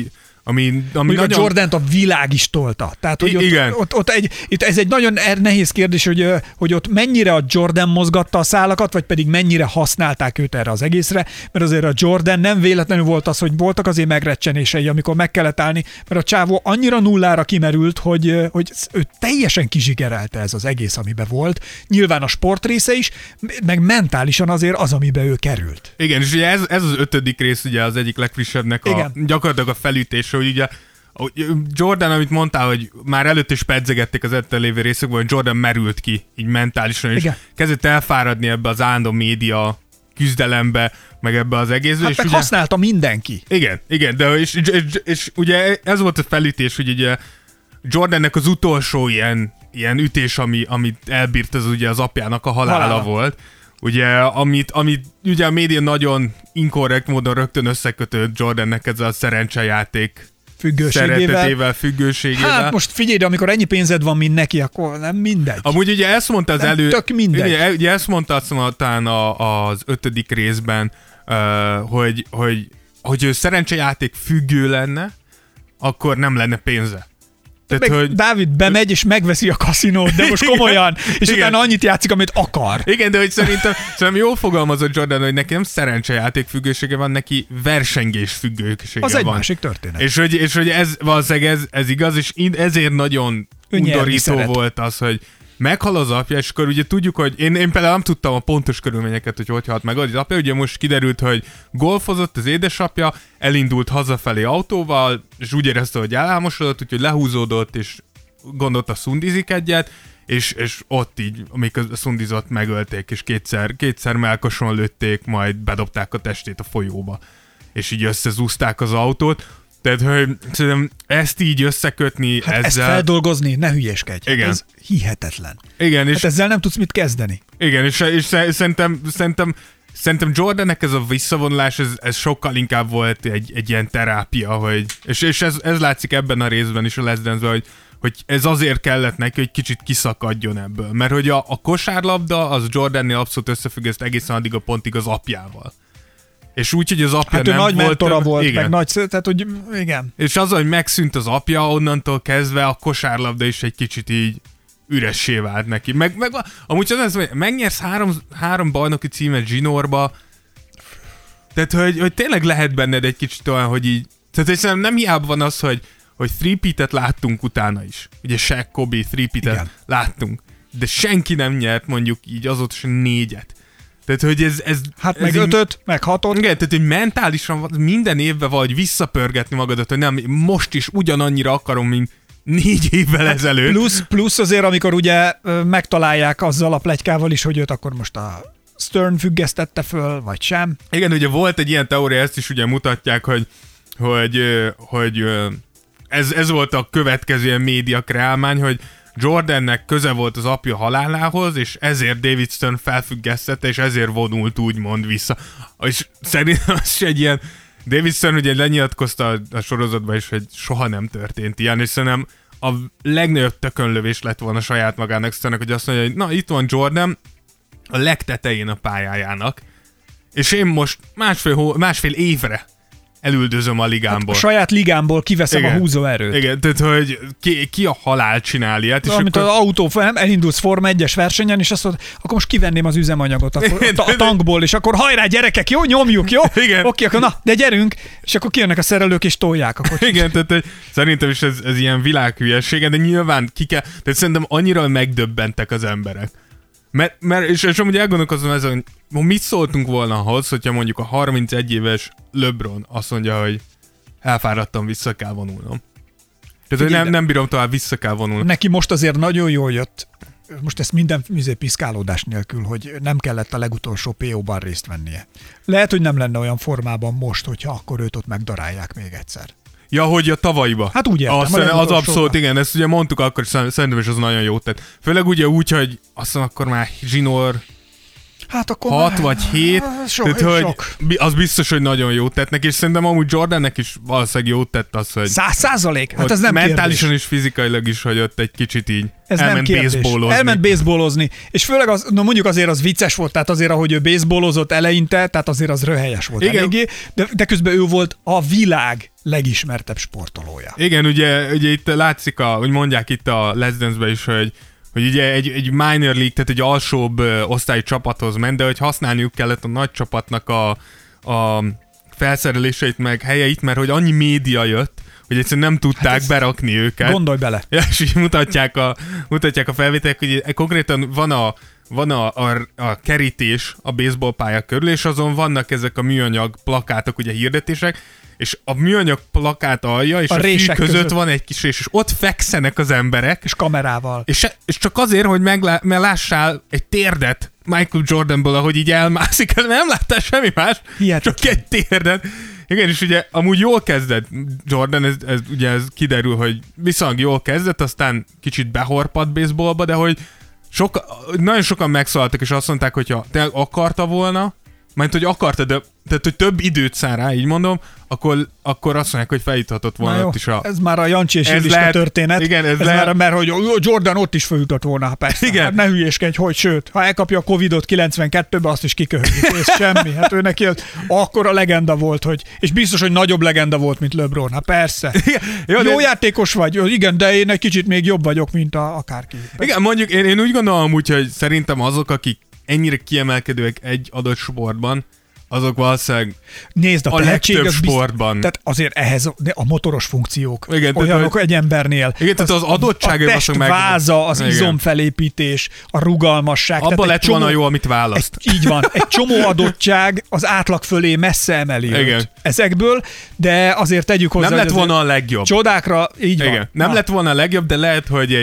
ami nagyon... a Jordant a világ is tolta. Tehát, hogy igen. Itt ez egy nagyon nehéz kérdés, hogy ott mennyire a Jordan mozgatta a szálakat, vagy pedig mennyire használták őt erre az egészre, mert azért a Jordan nem véletlenül volt az, hogy voltak azért megrecsenései, amikor meg kellett állni, mert a csávó annyira nullára kimerült, hogy ő teljesen kizsigerelte ez az egész, amiben volt. Nyilván a sport része is, meg mentálisan azért az, amiben ő került. Igen, és ugye ez az 5. rész ugye az egyik legfrissebbnek gyakorlatilag a felütése, hogy ugye Jordan, amit mondtál, hogy már előtt is pedzegették az ettől lévő részekben, hogy Jordan merült ki így mentálisan, és kezdett elfáradni ebbe az állandó média küzdelembe, meg ebbe az egészbe. Hát meg ugye... használta mindenki. Igen, de és ugye ez volt a felütés, hogy ugye Jordannek az utolsó ilyen ütés, amit elbírt, az ugye az apjának a halála volt. Ugye, amit ugye a média nagyon inkorrekt módon rögtön összekötött Jordannek ezzel a szerencsejáték függőségével. Hát most figyelj, de amikor ennyi pénzed van, mint neki, akkor nem mindegy. Amúgy ugye ezt mondta az tök mindegy. Ugye ezt mondta talán az 5. részben, hogy ő szerencsejáték függő lenne, akkor nem lenne pénze. Tehát, hogy... Dávid bemegy és megveszi a kaszinót, de most komolyan, és utána annyit játszik, amit akar. Igen, de hogy szerintem jól fogalmazott Jordan, hogy neki nem szerencsejáték függősége van, neki versengés függősége az van. Az egy másik történet. És hogy ez valószínűleg ez igaz, és ezért nagyon undorító volt az, hogy meghal az apja, és akkor ugye tudjuk, hogy én például nem tudtam a pontos körülményeket, hogy halt meg az apja, ugye most kiderült, hogy golfozott az édesapja, elindult hazafelé autóval, és úgy érezte, hogy elálmosodott, úgyhogy lehúzódott, és gondolta szundizik egyet, és ott így, amikor szundizott, megölték, és kétszer mellkason lőtték, majd bedobták a testét a folyóba, és így összezúzták az autót. Tehát, hogy szerintem ezt így összekötni ezzel... ezt feldolgozni, ne hülyeskedj. Igen. Ez hihetetlen. Igen, és ezzel nem tudsz mit kezdeni. Igen, és szerintem Jordannek ez a visszavonulás, ez sokkal inkább volt egy ilyen terápia, hogy, és ez látszik ebben a részben is a Last Dance-ben, hogy ez azért kellett neki, hogy kicsit kiszakadjon ebből. Mert hogy a kosárlabda az Jordannél abszolút összefüggött egészen addig a pontig az apjával. És úgy, hogy az apja nem nagy mentora volt, igen. meg nagy, tehát hogy igen. És az, hogy megszűnt az apja, onnantól kezdve a kosárlabda is egy kicsit így üressé vált neki. Meg amúgy az, hogy megnyersz három bajnoki címet zsinórba, tehát hogy tényleg lehet benned egy kicsit olyan, hogy így, tehát szerintem nem hiába van az, hogy three-peatet láttunk utána is. Ugye Shaq, Kobe three-peatet láttunk, de senki nem nyert mondjuk így azóta sem 4. Tehát, hogy ez hát meg 5, meg 6. Igen, tehát, hogy mentálisan minden évben vagy visszapörgetni magadat, hogy nem, most is ugyanannyira akarom, mint 4 évvel ezelőtt. Plusz azért, amikor ugye megtalálják azzal a pletykával is, hogy őt akkor most a Stern függesztette föl, vagy sem. Igen, ugye volt egy ilyen teória, ezt is ugye mutatják, hogy ez volt a következő ilyen média kreálmány, hogy Jordannek köze volt az apja halálához, és ezért David Stern felfüggesztette, és ezért vonult úgymond vissza. És szerintem az egy ilyen... David Stern ugye lenyilatkozta a sorozatban is, hogy soha nem történt ilyen, és szerintem a legnagyobb tökönlövés lett volna saját magának Sternnek, hogy azt mondja, hogy na, itt van Jordan a legtetején a pályájának, és én most másfél évre elüldözöm a ligámból. Hát a saját ligámból kiveszem a húzóerőt. Igen, tehát hogy ki a halál csinál ilyet. És mint akkor... az autó, elindulsz Forma 1-es versenyen, és azt mondod, akkor most kivenném az üzemanyagot a tankból, és akkor hajrá gyerekek, jó, nyomjuk, jó? Igen. Oké, akkor na, de gyerünk, és akkor kijönnek a szerelők, és tolják a kocsit. Igen, tehát szerintem is ez ilyen világhülyessége, de nyilván tehát szerintem annyira megdöbbentek az emberek. Mert és amúgy elgondolkozom ezen, hogy mit szóltunk volna ahhoz, hogyha mondjuk a 31 éves LeBron azt mondja, hogy elfáradtam, vissza kell vonulnom. Tehát, hogy nem bírom tovább, vissza kell vonulnom. Neki most azért nagyon jól jött, most ezt minden piszkálódás nélkül, hogy nem kellett a legutolsó PO-ban részt vennie. Lehet, hogy nem lenne olyan formában most, hogyha akkor őt ott megdarálják még egyszer. Ja, hogy a tavalyiba. Hát úgy értem. Az abszolút, igen, ezt ugye mondtuk akkor, szerintem is az nagyon jó tett. Főleg ugye úgy, hogy azt mondom, akkor már zsinór Hát akkor 6 vagy 7. Sok. Az biztos, hogy nagyon jót tett neki, és szerintem amúgy Jordannek is valószínűleg jót tett az, hogy 100%? Hát ez nem mentálisan kérdés. és fizikailag is, hogy ott egy kicsit így ez elment baseballozni. Elment baseballozni. És főleg az, mondjuk azért az vicces volt, tehát azért, ahogy ő baseballozott eleinte, tehát azért az röhelyes volt eléggé, de közben ő volt a világ legismertebb sportolója. Igen, ugye itt látszik, hogy mondják itt a Let's Dance-ben is, hogy ugye egy minor league, tehát egy alsóbb osztályi csapathoz ment, de hogy használniuk kellett a nagy csapatnak a felszereléseit meg helyeit, mert hogy annyi média jött, hogy egyszerűen nem tudták berakni őket. Gondolj bele. Ja, és így mutatják a felvételek, hogy konkrétan van a kerítés a baseballpálya körül, és azon vannak ezek a műanyag plakátok, ugye hirdetések, és a műanyag plakát alja és a fű között van egy kis rés, és ott fekszenek az emberek. És kamerával. És csak azért, hogy mert lássál egy térdet Michael Jordanból, ahogy így elmászik, nem láttál semmi más, csak egy térdet. Igen, és ugye amúgy jól kezdett Jordan, ez kiderül, hogy viszonylag jól kezdett, aztán kicsit behorpadt baseballba, de hogy nagyon sokan megszólaltak, és azt mondták, hogyha te akarta volna, mert hogy akarta, de tehát, hogy több időt szán rá, így mondom, akkor azt mondják, hogy feljuthatott volna ott is a... Ez már a Jancsi és Illiska történet. Igen, ez lehet. Már, mert hogy Jordan ott is feljutott volna, persze. Igen. Hát ne hülyéskedj, hogy sőt, ha elkapja a Covidot 92-ben, azt is kiköhögik, ez semmi. Hát ő neki akkora legenda volt, hogy... És biztos, hogy nagyobb legenda volt, mint LeBron. Hát persze. Igen. Jó játékos vagy, igen, de én egy kicsit még jobb vagyok, mint akárki. Igen, mondjuk én úgy gondolom úgy, hogy szerintem azok, akik ennyire kiemelkedőek egy adott sportban, azok valószínűleg nézd, a legtöbb sportban. Tehát azért ehhez a motoros funkciók, igen, olyanok egy embernél. Igen, tehát az adottságai a testváza, az izomfelépítés, a rugalmasság. Abban lett volna jó, amit választ. Így van. Egy csomó adottság az átlag fölé messze emeli őt ezekből, de azért tegyük hozzá. Nem lett volna a legjobb. Csodákra, így van. Igen. Nem lett volna a legjobb, de lehet, hogy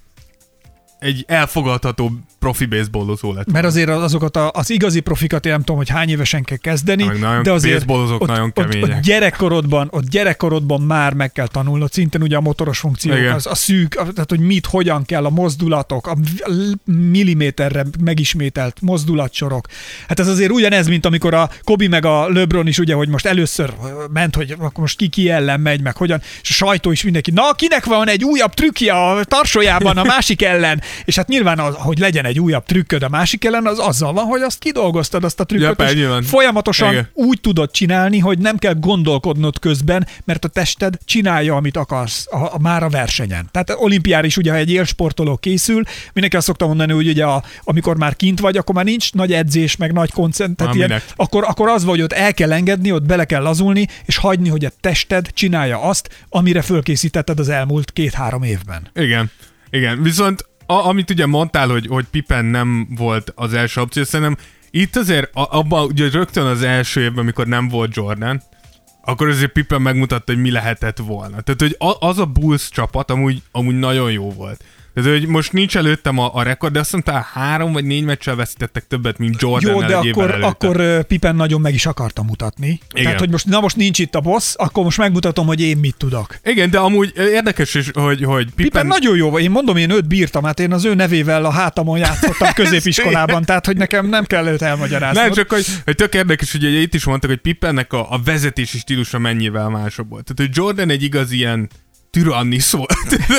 egy elfogadható profi baseballozó lett. Mert azért azokat az igazi profikat, én nem tudom, hogy hány évesen kell kezdeni, de azért nagyon ott gyerekkorodban már meg kell tanulnod, szintén ugye a motoros funkciók, a szűk, tehát hogy hogyan kell a mozdulatok, a milliméterre megismételt mozdulatsorok. Hát ez azért ugyanez, mint amikor a Kobe meg a LeBron is ugye, hogy most először ment, hogy akkor most ki ellen megy, meg hogyan, és a sajtó is mindenki, na kinek van egy újabb trükkje a tarsójában a másik ellen, és hát nyilván hogy legyen egy újabb trükköd a másik ellen, az azzal van, hogy azt kidolgoztad, azt a trükköt, és folyamatosan úgy tudod csinálni, hogy nem kell gondolkodnod közben, mert a tested csinálja, amit akarsz már a versenyen. Tehát olimpiára is ugye, ha egy élsportoló készül, mindenki azt szokta mondani, hogy ugye amikor már kint vagy, akkor már nincs nagy edzés, meg nagy koncentráció, akkor az vagy, hogy ott el kell engedni, ott bele kell lazulni, és hagyni, hogy a tested csinálja azt, amire fölkészítetted az elmúlt 2-3 évben. Igen, viszont amit ugye mondtál, hogy Pippen nem volt az első opció, szerintem itt azért abban ugye rögtön az első évben, amikor nem volt Jordan, akkor azért Pippen megmutatta, hogy mi lehetett volna. Tehát, hogy az a Bulls csapat amúgy nagyon jó volt. Tehát, hogy most nincs előttem a rekord, de azt mondta, 3 vagy 4 meccsel veszítettek többet, mint Jordan egy évvel előtte. Akkor Pippen nagyon meg is akarta mutatni. Igen. Tehát, hogy most nincs itt a boss, akkor most megmutatom, hogy én mit tudok. Igen, de amúgy érdekes is, hogy Pippen nagyon jó. Én mondom, én őt bírtam, hát én az ő nevével a hátamon játszottam középiskolában, tehát, hogy nekem nem kell őt elmagyarázni. Nem, csak hogy tök érdekes, hogy ugye itt is mondtak, hogy Pippennek a vezetési stílusa mennyivel másabb volt. Tehát, hogy Jordan egy igaz ilyen Tyrannis volt.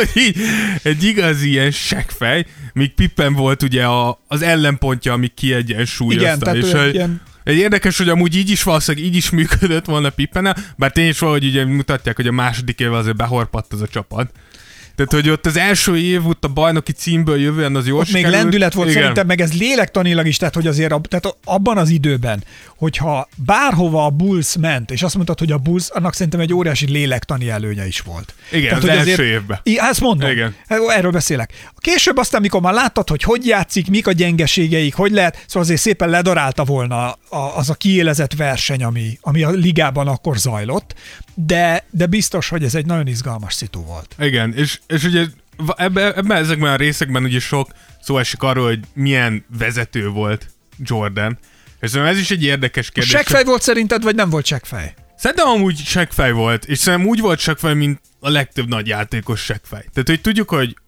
Egy igazi ilyen seggfej, míg Pippen volt ugye az ellenpontja, ami kiegyensúlyozta. Igen, tehát egy érdekes, hogy amúgy így is valószínűleg így is működött volna Pippennel, bár tény is valahogy ugye mutatják, hogy a második évvel azért behorpadt az a csapat. Tehát, hogy ott az első év, ott a bajnoki címből jövően az jó ott még lendület volt, igen. Szerintem meg ez lélektanilag is, tehát, hogy azért tehát abban az időben, hogyha bárhova a Bulls ment, és azt mondtad, hogy a Bulls, annak szerintem egy óriási lélektani előnye is volt. Igen, tehát, az első évben. Ezt mondom, igen. Erről beszélek. Később aztán, amikor már láttad, hogy játszik, mik a gyengeségeik, hogy lehet, szóval azért szépen ledarálta volna az a kiélezett verseny, ami a ligában akkor zajlott, de biztos, hogy ez egy nagyon izgalmas szitu volt. Igen, és ugye ezekben a részekben ugye sok szó esik arról, hogy milyen vezető volt Jordan. És ez is egy érdekes kérdés. Seggfej volt szerinted, vagy nem volt seggfej? Szerintem amúgy seggfej volt, és szerintem úgy volt seggfej, mint a legtöbb nagy játékos seggfej. Tehát, hogy tudjuk, hogy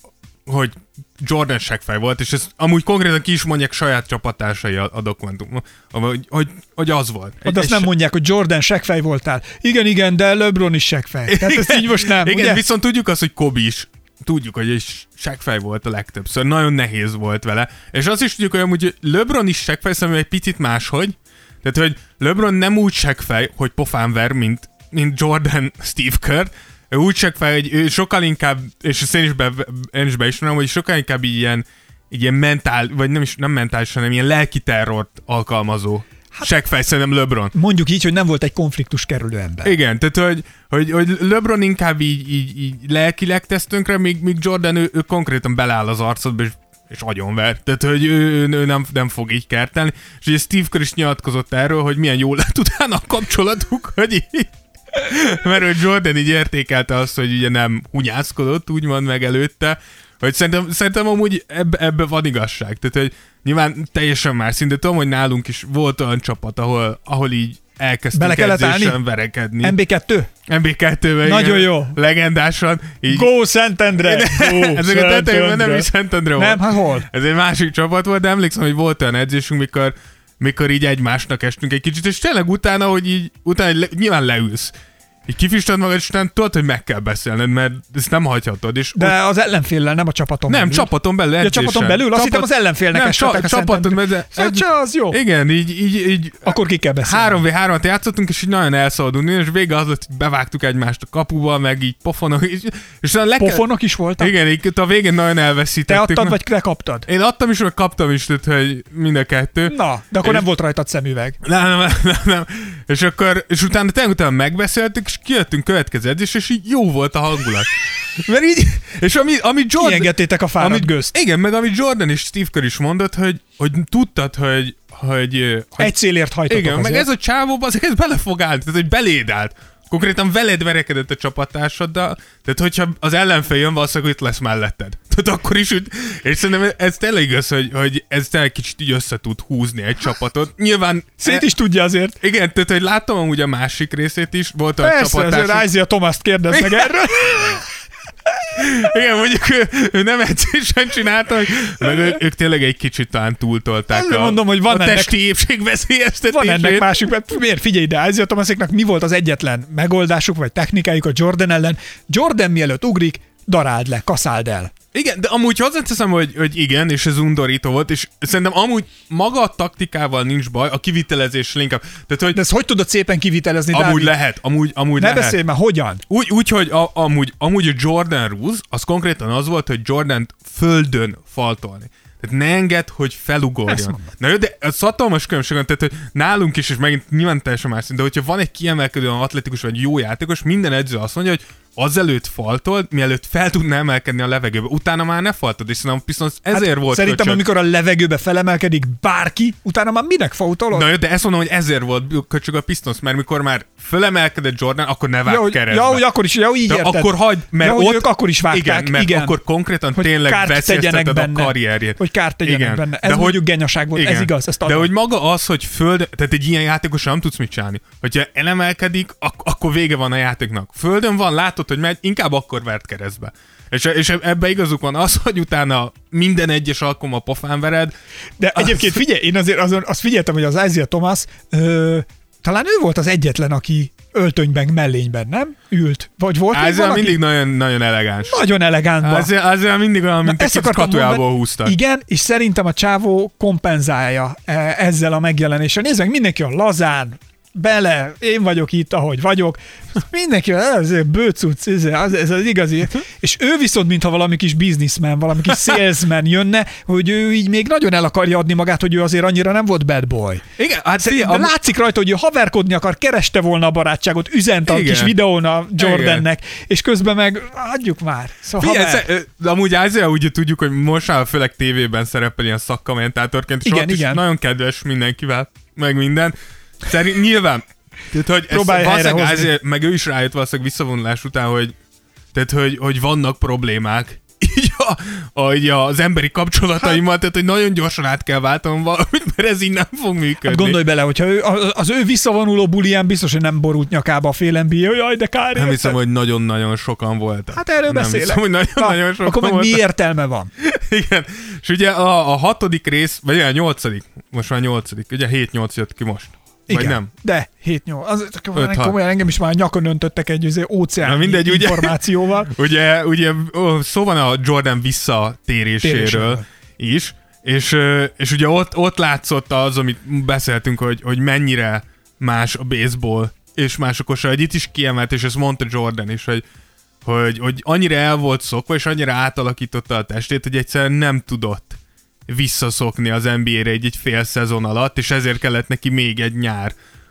hogy Jordan seggfej volt, és ezt amúgy konkrétan ki is mondják saját csapattársai a dokumentumban, hogy az volt. De azt nem mondják, hogy Jordan seggfej voltál. Igen, de LeBron is seggfej. Tehát ezt így most nem, igen, ugye? viszont tudjuk azt, hogy Kobe is. Tudjuk, hogy egy seggfej volt a legtöbbször. Nagyon nehéz volt vele. És azt is tudjuk, hogy amúgy LeBron is seggfej, szerintem egy picit máshogy. Tehát, hogy LeBron nem úgy seggfej, hogy pofán ver, mint Jordan Steve Kerr. Ő úgy seggfej, hogy ő sokkal inkább, és ezt én is beismerem, hogy sokkal inkább így ilyen mentál, vagy nem mentális, hanem ilyen lelki terrort alkalmazó. Seggfej, szerintem LeBron. Mondjuk így, hogy nem volt egy konfliktus kerülő ember. Igen, tehát hogy LeBron inkább így lelkileg tesz tönkre, míg Jordan ő konkrétan beleáll az arcodba, és agyonver. Tehát, hogy ő nem fog így kertelni. És ugye Steve Kerr is nyilatkozott erről, hogy milyen jó lett utána a kapcsolatuk, hogy így, mert hogy Jordan így értékelte azt, hogy ugye nem hunyászkodott, úgymond meg előtte, hogy szerintem amúgy ebbe van igazság. Tehát, hogy nyilván teljesen más szint, de tudom, hogy nálunk is volt olyan csapat, ahol így elkezdtünk edzésen verekedni. MB2? MB2-ben, nagyon jó. Legendásan. Így... Go Szentendre! Ezek a tetejében nem is Szentendre volt. Nem, hát hol? Ez egy másik csapat volt, de emlékszem, hogy volt olyan edzésünk, mikor így egymásnak estünk egy kicsit, és tényleg utána nyilván leülsz. Így kifüstöd magad, és utána tudod, hogy meg kell beszélned, mert ezt nem hagyhatod. És de az ellenféllel, nem a csapaton belül. Nem, csapaton belül edzésen. Ja, csapaton belül? Azt hittem az ellenfélnek estettek a csapaton belül. Az jó. Igen, így akkor ki kell beszélni. 3v3-at játszottunk, és így nagyon elszabadulni, és vége az lett, hogy bevágtuk egymást a kapuba, meg így pofonok. És pofonok is voltak? Igen, így a végén nagyon elveszítettük. Te adtad, vagy te kaptad? Én adtam is, meg kaptam is, tehát, hogy mind a kettő. Na, de akkor nem volt rajtad szemüveg. Nem. És utána megbeszéltük, és kijöttünk következő edzés, és így jó volt a hangulat. Mert így, és ami Jordan... Kiengedtétek a fáradt gőzt. Igen, meg amit Jordan és Steve Kerr is mondott, hogy tudtad, hogy egy célért hajtotok. Igen, azért. Meg ez a csávóba, ez bele fog állni, tehát hogy beléd állt. Konkrétan veled verekedett a csapattársaddal, tehát hogyha az ellenfél jön, valószínűleg itt lesz melletted. Tehát akkor is úgy, és szerintem ez tényleg igaz, hogy ez tényleg kicsit így össze tud húzni egy csapatot. Nyilván... Szét is tudja azért. Igen, tehát hogy láttam amúgy a másik részét is, volt a csapattársuk. Persze, Isaiah Thomas-t kérdezz meg erről. Igen, mondjuk ő nem edzésen csinálta, meg ők tényleg egy kicsit talán túltolták mondom, hogy van a testi épség veszélyeztetését. Van ennek másik, mert miért figyelj ide, Isaiah Thomaséknak mi volt az egyetlen megoldásuk, vagy technikájuk a Jordan ellen? Jordan mielőtt ugrik, daráld le, kaszáld el. Igen, de amúgy hozzáteszem, hogy igen, és ez undorító volt, és szerintem amúgy maga a taktikával nincs baj, a kivitelezés inkább. Tehát, hogy de ezt hogy tudod szépen kivitelezni, amúgy Dávid? Lehet, amúgy ne lehet. Beszélj már, hogyan? Úgy, hogy amúgy a Jordan rules, az konkrétan az volt, hogy Jordant földön faltolni. Tehát ne engedd, hogy felugorjon. Na jó, de az hatalmas különbség van, tehát hogy nálunk is, és megint nyilván teljesen más szint, de hogyha van egy kiemelkedően atletikus vagy jó játékos, minden edző azt mondja, hogy azelőtt faltold, mielőtt fel tudna emelkedni a levegőbe. Utána már ne faltod, és szerintem Pistons ezért volt. Szerintem, amikor a levegőbe felemelkedik bárki, utána már minek faltolod? Na jó, de ezt mondom, hogy ezért volt köcsög a Pistons, mert mikor már fölemelkedett Jordan, akkor ne vágj keresztbe. Ja, hogy akkor is, így érted. Akkor hagyd, mert ott ők akkor is vágták. Igen, mert akkor konkrétan hogy tényleg veszélyezteted a karrierjét. Hogy kárt tegyenek benne. Ez mondjuk genyaság volt, ez igaz. Ezt de hogy maga az, hogy tehát egy ilyen játékosra nem tudsz mit csinálni. Hogyha elemelkedik, akkor vége van a játéknak. Földön van, látod, hogy megy, inkább akkor vert keresztbe. És ebbe igazuk van az, hogy utána minden egyes alkalommal pofán vered. De egyébként figyelj, én azért azt figyeltem, hogy az Isaiah Thomas talán ő volt az egyetlen, aki öltönyben, mellényben, nem? Ült. Vagy volt még valaki? Mindig nagyon, nagyon elegáns. Nagyon elegánsban. Azért mindig olyan, mint egy katujából húztak. Igen, és szerintem a csávó kompenzálja ezzel a megjelenéssel. Nézd meg, mindenki a lazán, bele, én vagyok itt, ahogy vagyok. Mindenki, ez bőcuc, ez az igazi. És ő viszont, mintha valami kis businessman, valami kis salesman jönne, hogy ő így még nagyon el akarja adni magát, hogy ő azért annyira nem volt bad boy. Igen, hát de látszik rajta, hogy ő haverkodni akar, kereste volna a barátságot, üzent a kis videón a Jordannek, és közben meg adjuk már. Szóval amúgy Isaiah úgy tudjuk, hogy most már főleg tévében szerepel ilyen szakkommentátorként, és ott is nagyon kedves mindenkivel, meg minden. Szerint nyilván, tehát, hogy meg ő is rájött valószínűleg visszavonulás után, hogy vannak problémák így az emberi kapcsolataimat, tehát hogy nagyon gyorsan át kell váltanom valamit, mert ez így nem fog működni. Hát gondolj bele, hogyha az ő visszavonuló bulián biztos, hogy nem borult nyakába a fél NBA, jaj, de kár. Nem hiszem, hogy nagyon-nagyon sokan voltak. Hát erről beszélek. Hiszem, hogy nagyon-nagyon sokan akkor voltak. mi értelme van? Igen. És ugye a 6. rész, vagy a 8. most már 8. ugye 7-8 jött ki most. Vagy igen, nem? de 7-8. Komolyan engem is már nyakon öntöttek egy óceán információval. Ugye szó van a Jordan visszatéréséről is, és ugye ott látszott az, amit beszéltünk, hogy mennyire más a baseball, és más a kosár. Itt is kiemelt, és ezt mondta Jordan is, hogy annyira el volt szokva, és annyira átalakította a testét, hogy egyszerűen nem tudott visszaszokni az NBA-re egy fél szezon alatt, és ezért kellett neki még egy nyár,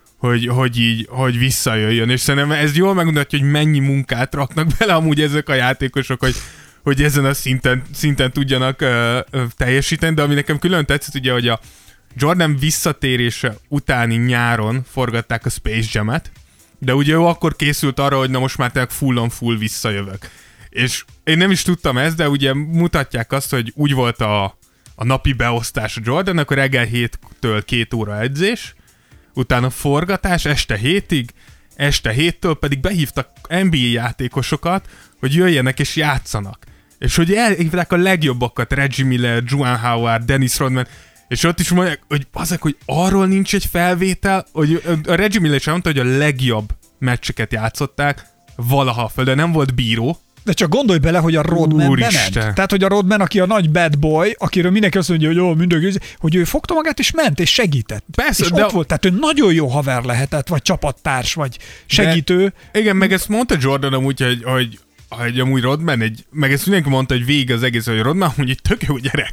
hogy visszajöjjön. És szerintem ez jól megmutatja, hogy mennyi munkát raknak bele amúgy ezek a játékosok, hogy ezen a szinten tudjanak teljesíteni, de ami nekem külön tetszett, ugye, hogy a Jordan visszatérése utáni nyáron forgatták a Space Jam-et, de ugye ő akkor készült arra, hogy na most már tényleg full visszajövök. És én nem is tudtam ezt, de ugye mutatják azt, hogy úgy volt a napi beosztás a Jordan, akkor reggel 7-től 2 óra edzés, utána forgatás este 7-ig, este 7-től pedig behívtak NBA játékosokat, hogy jöjjenek és játszanak. És hogy elhívták a legjobbakat, Reggie Miller, Juwan Howard, Dennis Rodman, és ott is mondják, hogy arról nincs egy felvétel, hogy a Reggie Miller sem mondta, hogy a legjobb meccseket játszották valaha föl, de nem volt bíró. De csak gondolj bele, hogy a Rodman bement. Tehát, hogy a Rodman, aki a nagy bad boy, akiről mindenki azt mondja, hogy jó, mindenki, hogy ő fogta magát és ment és segített. Persze, és ott volt, tehát ő nagyon jó haver lehetett, vagy csapattárs, vagy segítő. De, igen, meg ezt mondta Jordan amúgy, hogy amúgy Rodman meg ezt mindenki mondta, hogy végig az egész, hogy Rodman amúgy egy tök jó gyerek.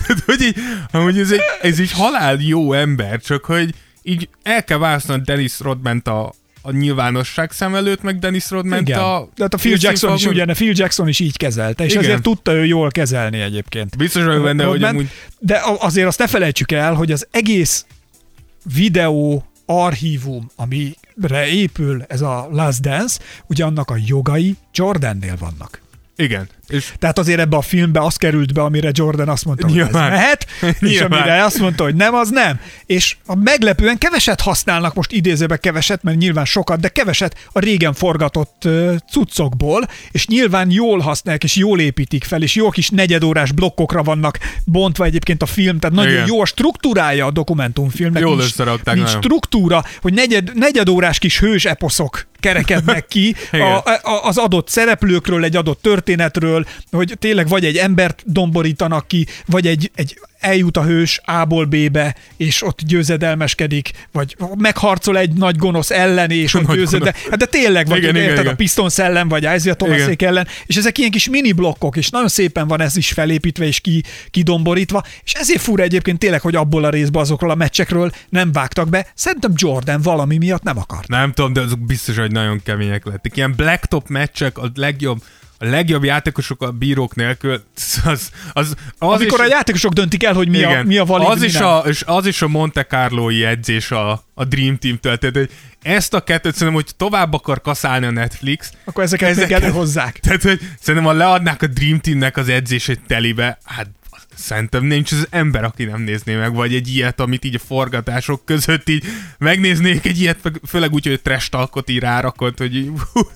Amúgy ez egy halál jó ember, csak hogy így el kell választani Dennis Rodmant a nyilvánosság szem előtt, meg Dennis Rodmant a... De hát a Phil Jackson is ugyan, Phil Jackson is így kezelte, és ezért tudta ő jól kezelni egyébként. Biztos vagyok benne, hogy amúgy... De azért azt ne felejtsük el, hogy az egész videó archívum, amire épül ez a Last Dance, ugye annak a jogai Jordannél vannak. Igen. Tehát azért ebbe a filmbe az került be, amire Jordan azt mondta, hogy ez mehet, és amire azt mondta, hogy nem, az nem. És meglepően keveset használnak, most idézőbe keveset, mert nyilván sokat, de keveset a régen forgatott cuccokból, és nyilván jól használják, és jól építik fel, és jó kis negyedórás blokkokra vannak bontva egyébként a film, tehát nagyon jó a struktúrája a dokumentumfilmnek. Jól összerakták. Nincs struktúra, hogy negyedórás kis hős eposzok kerekednek ki az adott szereplőkről, egy adott történetről, hogy tényleg vagy egy embert domborítanak ki, vagy egy eljut a hős A-ból B-be, és ott győzedelmeskedik, vagy megharcol egy nagy gonosz ellen, és ott győzedel. De tényleg, vagy érted a Pistons ellen, vagy Isaiah Thomasék ellen, és ezek ilyen kis mini blokkok, és nagyon szépen van ez is felépítve, és kidomborítva, és ezért fura egyébként tényleg, hogy abból a részből azokról a meccsekről nem vágtak be. Szerintem Jordan valami miatt nem akart. Nem tudom, de azok biztos, hogy nagyon kemények lettek. Ilyen blacktop meccsek, a legjobb játékosok a bírók nélkül, amikor a játékosok döntik el, hogy mi a valid, az is a Monte Carlo-i edzés a Dream Team-től. Tehát, hogy ezt a kettőt szerintem, hogy tovább akar kaszálni a Netflix. Akkor ezeket még előhozzák. Tehát, hogy szerintem, ha leadnák a Dream Team-nek az edzését telibe, hát szerintem nincs az ember, aki nem nézné meg, vagy egy ilyet, amit így a forgatások között így megnéznék egy ilyet, főleg úgy, hogy trash talkot így rárakott, hogy így,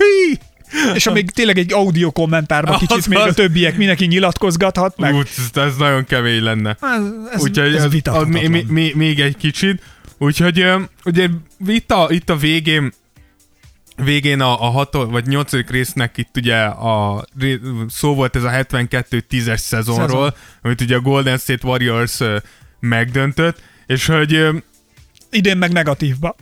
és amíg tényleg egy audio kommentárban kicsit még a többiek mindenki nyilatkozgathat meg. Ez nagyon kemény lenne. Úgyhogy ez vitathatatlan. Még egy kicsit. Úgyhogy ugye itt a végén a 6. vagy 8. résznek itt ugye szó volt ez a 72-10-es szezonról, amit ugye a Golden State Warriors megdöntött, és hogy idén meg negatívba.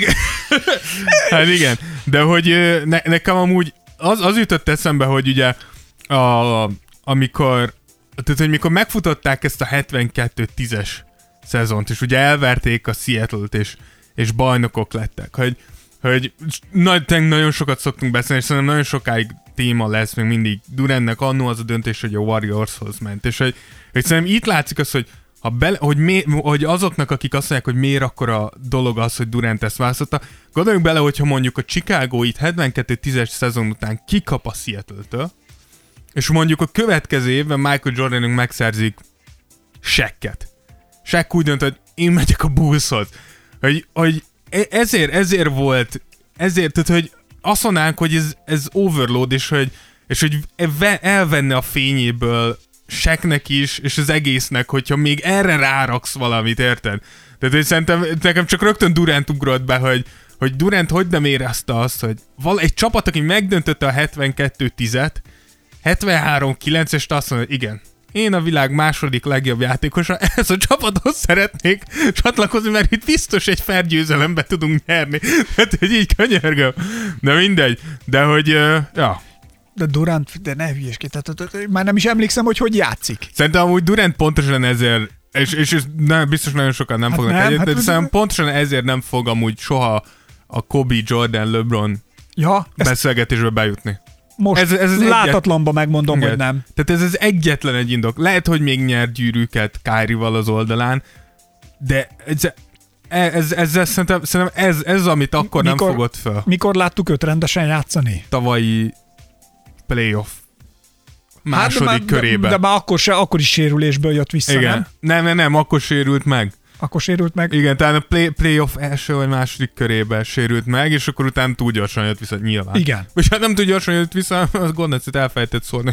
Hát igen, de hogy nekem amúgy az jutott eszembe, hogy ugye amikor megfutották ezt a 72-10-es szezont, és ugye elverték a Seattle-t, és bajnokok lettek, hogy nagyon sokat szoktunk beszélni, és szerintem nagyon sokáig téma lesz még mindig Durantnek annó az a döntés, hogy a Warriorshoz ment, és hogy szerintem itt látszik az, hogy azoknak, akik azt mondják, hogy miért akkor a dolog az, hogy Durant ezt választotta, gondoljunk bele, hogyha mondjuk a Chicago itt 72-10-es szezon után kikap a Seattle-től, és mondjuk a következő évben Michael Jordanunk megszerzik Shaq-et. Shaq úgy dönt, hogy én megyek a Bullshoz. Hogy ezért volt, tehát, hogy azt mondanánk, hogy ez overload, és hogy elvenne a fényéből Shaqnek is, és az egésznek, hogyha még erre ráraksz valamit, érted? Tehát hogy szerintem nekem csak rögtön Durant ugrott be, hogy Durant hogy nem érezte azt, hogy egy csapat, aki megdöntötte a 72-10-et, 73-9-est azt mondja, hogy igen, én a világ második legjobb játékosa, ehhez a csapathoz szeretnék csatlakozni, mert itt biztos egy fair győzelembe tudunk nyerni. Hát, hogy így könyörgöm. De mindegy. De hogy, ja. De Durant, de ne hülyeskedj, tehát már nem is emlékszem, hogy játszik. Szerintem amúgy Durant pontosan ezért, és biztos nagyon sokan nem fognak egyet, de szerintem pontosan ezért nem fog amúgy soha a Kobe, Jordan, LeBron beszélgetésbe bejutni. Most ez látatlanba megmondom, hogy nem. Tehát ez az egyetlen egy indok. Lehet, hogy még nyert gyűrűket Kyrie-val az oldalán, de ezzel szerintem ez amit akkor nem fogott fel. Mikor láttuk őt rendesen játszani? Tavalyi playoff második körében. De már akkor is sérülésből jött vissza, igen. Nem, akkor sérült meg. Akkor sérült meg? Igen, talán a playoff első vagy második körében sérült meg, és akkor utána túl gyorsan jött vissza, nyilván. Igen. És hát nem túl gyorsan jött vissza, az Golden State elfelejtett szólni.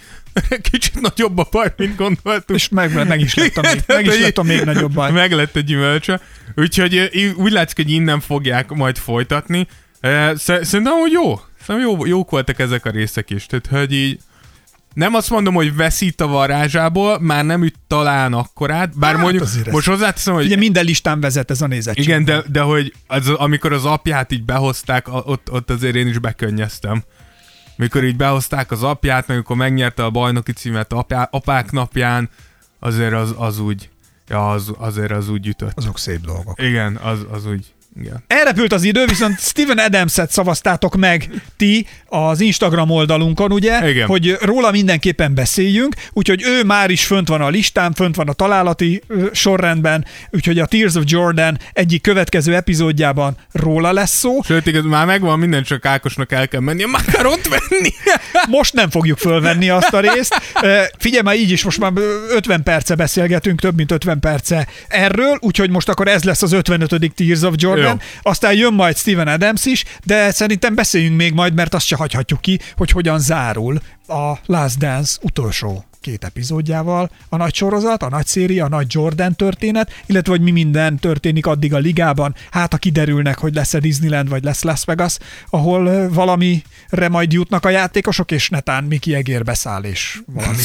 Kicsit nagyobb a baj, mint gondoltuk. És meg is lett a még nagyobb baj. Meg lett a gyümölcse. Úgyhogy úgy látszik, hogy innen fogják majd folytatni. Szerintem, hogy jó. Szerintem jók voltak ezek a részek is. Tehát, hogy így nem azt mondom, hogy veszít a varázsából, már nem üt talán akkorát, bár mondjuk most hozzáteszem, hogy... Ugye minden listán vezet ez a nézettség. Igen, de hogy amikor az apját így behozták, ott azért én is bekönnyeztem. Mikor így behozták az apját, meg amikor megnyerte a bajnoki címet apák napján, azért az úgy, azért az úgy ütött. Azok szép dolgok. Igen, az úgy... Igen. Elrepült az idő, viszont Steven Adams-et szavaztátok meg ti az Instagram oldalunkon, ugye? Igen. Hogy róla mindenképpen beszéljünk, úgyhogy ő már is fönt van a listán, fönt van a találati sorrendben, úgyhogy a Tears of Jordan egyik következő epizódjában róla lesz szó. Sőt, igaz, már megvan minden, csak Ákosnak el kell menni, már ott venni. Most nem fogjuk fölvenni azt a részt. Figyelj, már így is most már 50 perce beszélgetünk, több mint 50 perce erről, úgyhogy most akkor ez lesz az 55. Tears of Jordan. Jó. Aztán jön majd Steven Adams is, de szerintem beszéljünk még majd, mert azt se hagyhatjuk ki, hogy hogyan zárul a Last Dance utolsó 2 epizódjával a nagy sorozat, a nagy széria, a nagy Jordan történet, illetve hogy mi minden történik addig a ligában. Hát, ha kiderülnek, hogy lesz-e Disneyland, vagy lesz Las Vegas, ahol valamire majd jutnak a játékosok, és netán Miki Egér beszáll, és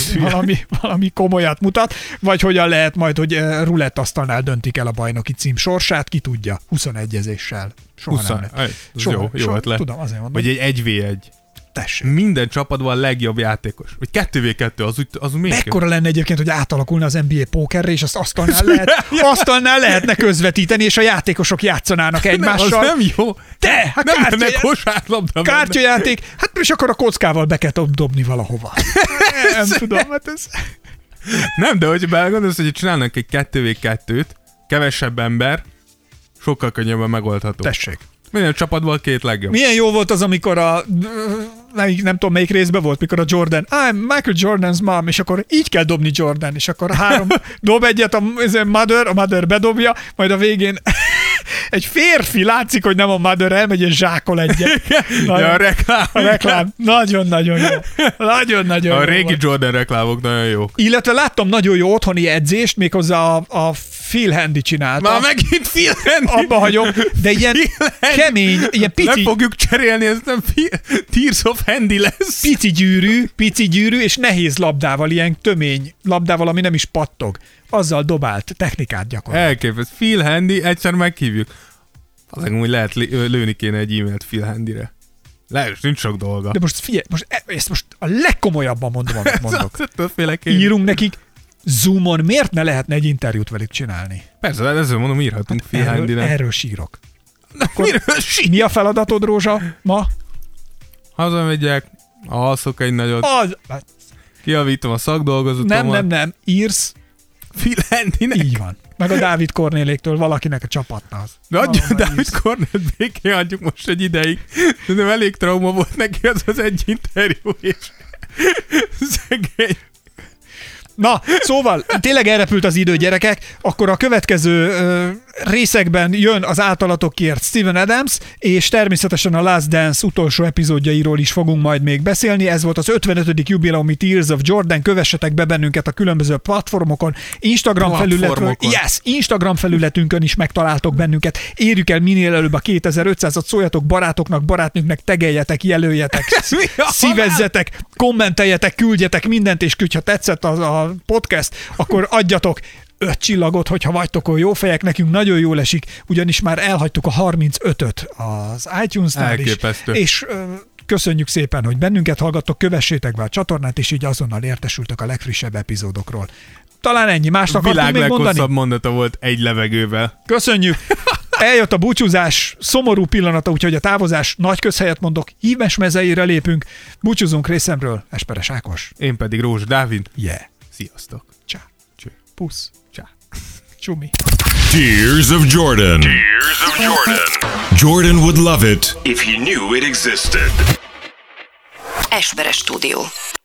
valami komolyat mutat, vagy hogyan lehet majd, hogy rulett asztalnál döntik el a bajnoki cím sorsát, ki tudja, 21-ezéssel. Soha jó ötlet. Tudom, azért mondom. Vagy egy 1v1. Tessék. Minden csapatban a legjobb játékos. Vagy 2v2, az még mekkora lenne egyébként, hogy átalakulna az NBA pókerre, és azt asztalnál lehetne közvetíteni, és a játékosok játszanának egymással. Az nem jó. De, hát nem lenne kosárlabda. Kártyajáték, hát és akkor a kockával be kell dobni valahova. Nem tudom, hát ez... Nem, de hogyha belegondolsz, hogy csinálnak egy 2v2-t, kevesebb ember, sokkal könnyebben megoldható. Tessék. Minden csapatból 2 legjobb. Milyen jó volt az, amikor nem tudom melyik részben volt, mikor a Jordan, I'm Michael Jordan's mom, és akkor így kell dobni Jordan, és akkor 3 dob egyet, a mother bedobja, majd a végén egy férfi látszik, hogy nem a mother elmegy, és zsákol egyet. A reklám. Nagyon-nagyon jó. Nagyon-nagyon jó. A régi Jordan reklámok nagyon jó. Illetve láttam nagyon jó otthoni edzést, méghozzá a Phil Handy csinálta. Már megint Phil Handy. Abba hagyom, de ilyen kemény, ilyen pici... Le fogjuk cserélni, ez nem Tears of Handy lesz. Pici gyűrű, és nehéz labdával, ilyen tömény labdával, ami nem is pattog. Azzal dobált technikát gyakorlatilag. Elképesztő. Phil Handy, egyszer meghívjuk. Azért úgy lehet lőni kéne egy e-mailt Phil Handyre. Lehet, nincs sok dolga. De most figyelj, ezt most a legkomolyabban mondom, amit mondok. Többféleképp. Írunk nekik, Zoomon miért ne lehetne egy interjút velük csinálni? Persze, ezzel mondom, írhatunk hát Phil Handyre. Erről sírok. Mi a feladatod, Rózsa, ma? Hazamegyek, alszok egy nagyot. Kijavítom a szakdolgozatomat. Nem. Írsz. Phil Handynek. Így van. Meg a Dávid Kornéléktől valakinek a csapatnál. De adjuk Dávid Kornélt békén, adjuk most egy ideig. De elég trauma volt neki az egy interjú is. Szegény. Na, szóval tényleg elrepült az idő, gyerekek, akkor a következő részekben jön az általatok kért Steven Adams, és természetesen a Last Dance utolsó epizódjairól is fogunk majd még beszélni. Ez volt az 55. jubileumi Tears of Jordan. Kövessetek be bennünket a különböző platformokon, Instagram felületünkön is megtaláltok bennünket. Érjük el minél előbb a 2500-at, szóljatok barátoknak, barátnőknek, tegeljetek, jelöljetek, szívezzetek, kommenteljetek, küldjetek mindent, és ha tetszett a podcast, akkor adjatok 5 csillagot, hogyha vagytok olyan jó fejek, nekünk nagyon jól esik, ugyanis már elhagytuk a 35-öt az iTunes-nál is, és köszönjük szépen, hogy bennünket hallgattok, kövessétek be a csatornát, és így azonnal értesültök a legfrissebb epizódokról. Talán ennyi, mást akartunk még mondani? Világ leghosszabb mondata volt egy levegővel. Köszönjük! Eljött a búcsúzás, szomorú pillanata, úgyhogy a távozás nagy közhelyet mondok, hímes mezeire lépünk. Búcsúzunk részemről, Esperes Ákos. Én pedig Rózsa Dávid. Yeah. Sziasztok. Csá. Pusz. Csá. Csumi. Tears of Jordan. Tears of Jordan. Jordan would love it if he knew it existed. Esperes Stúdió.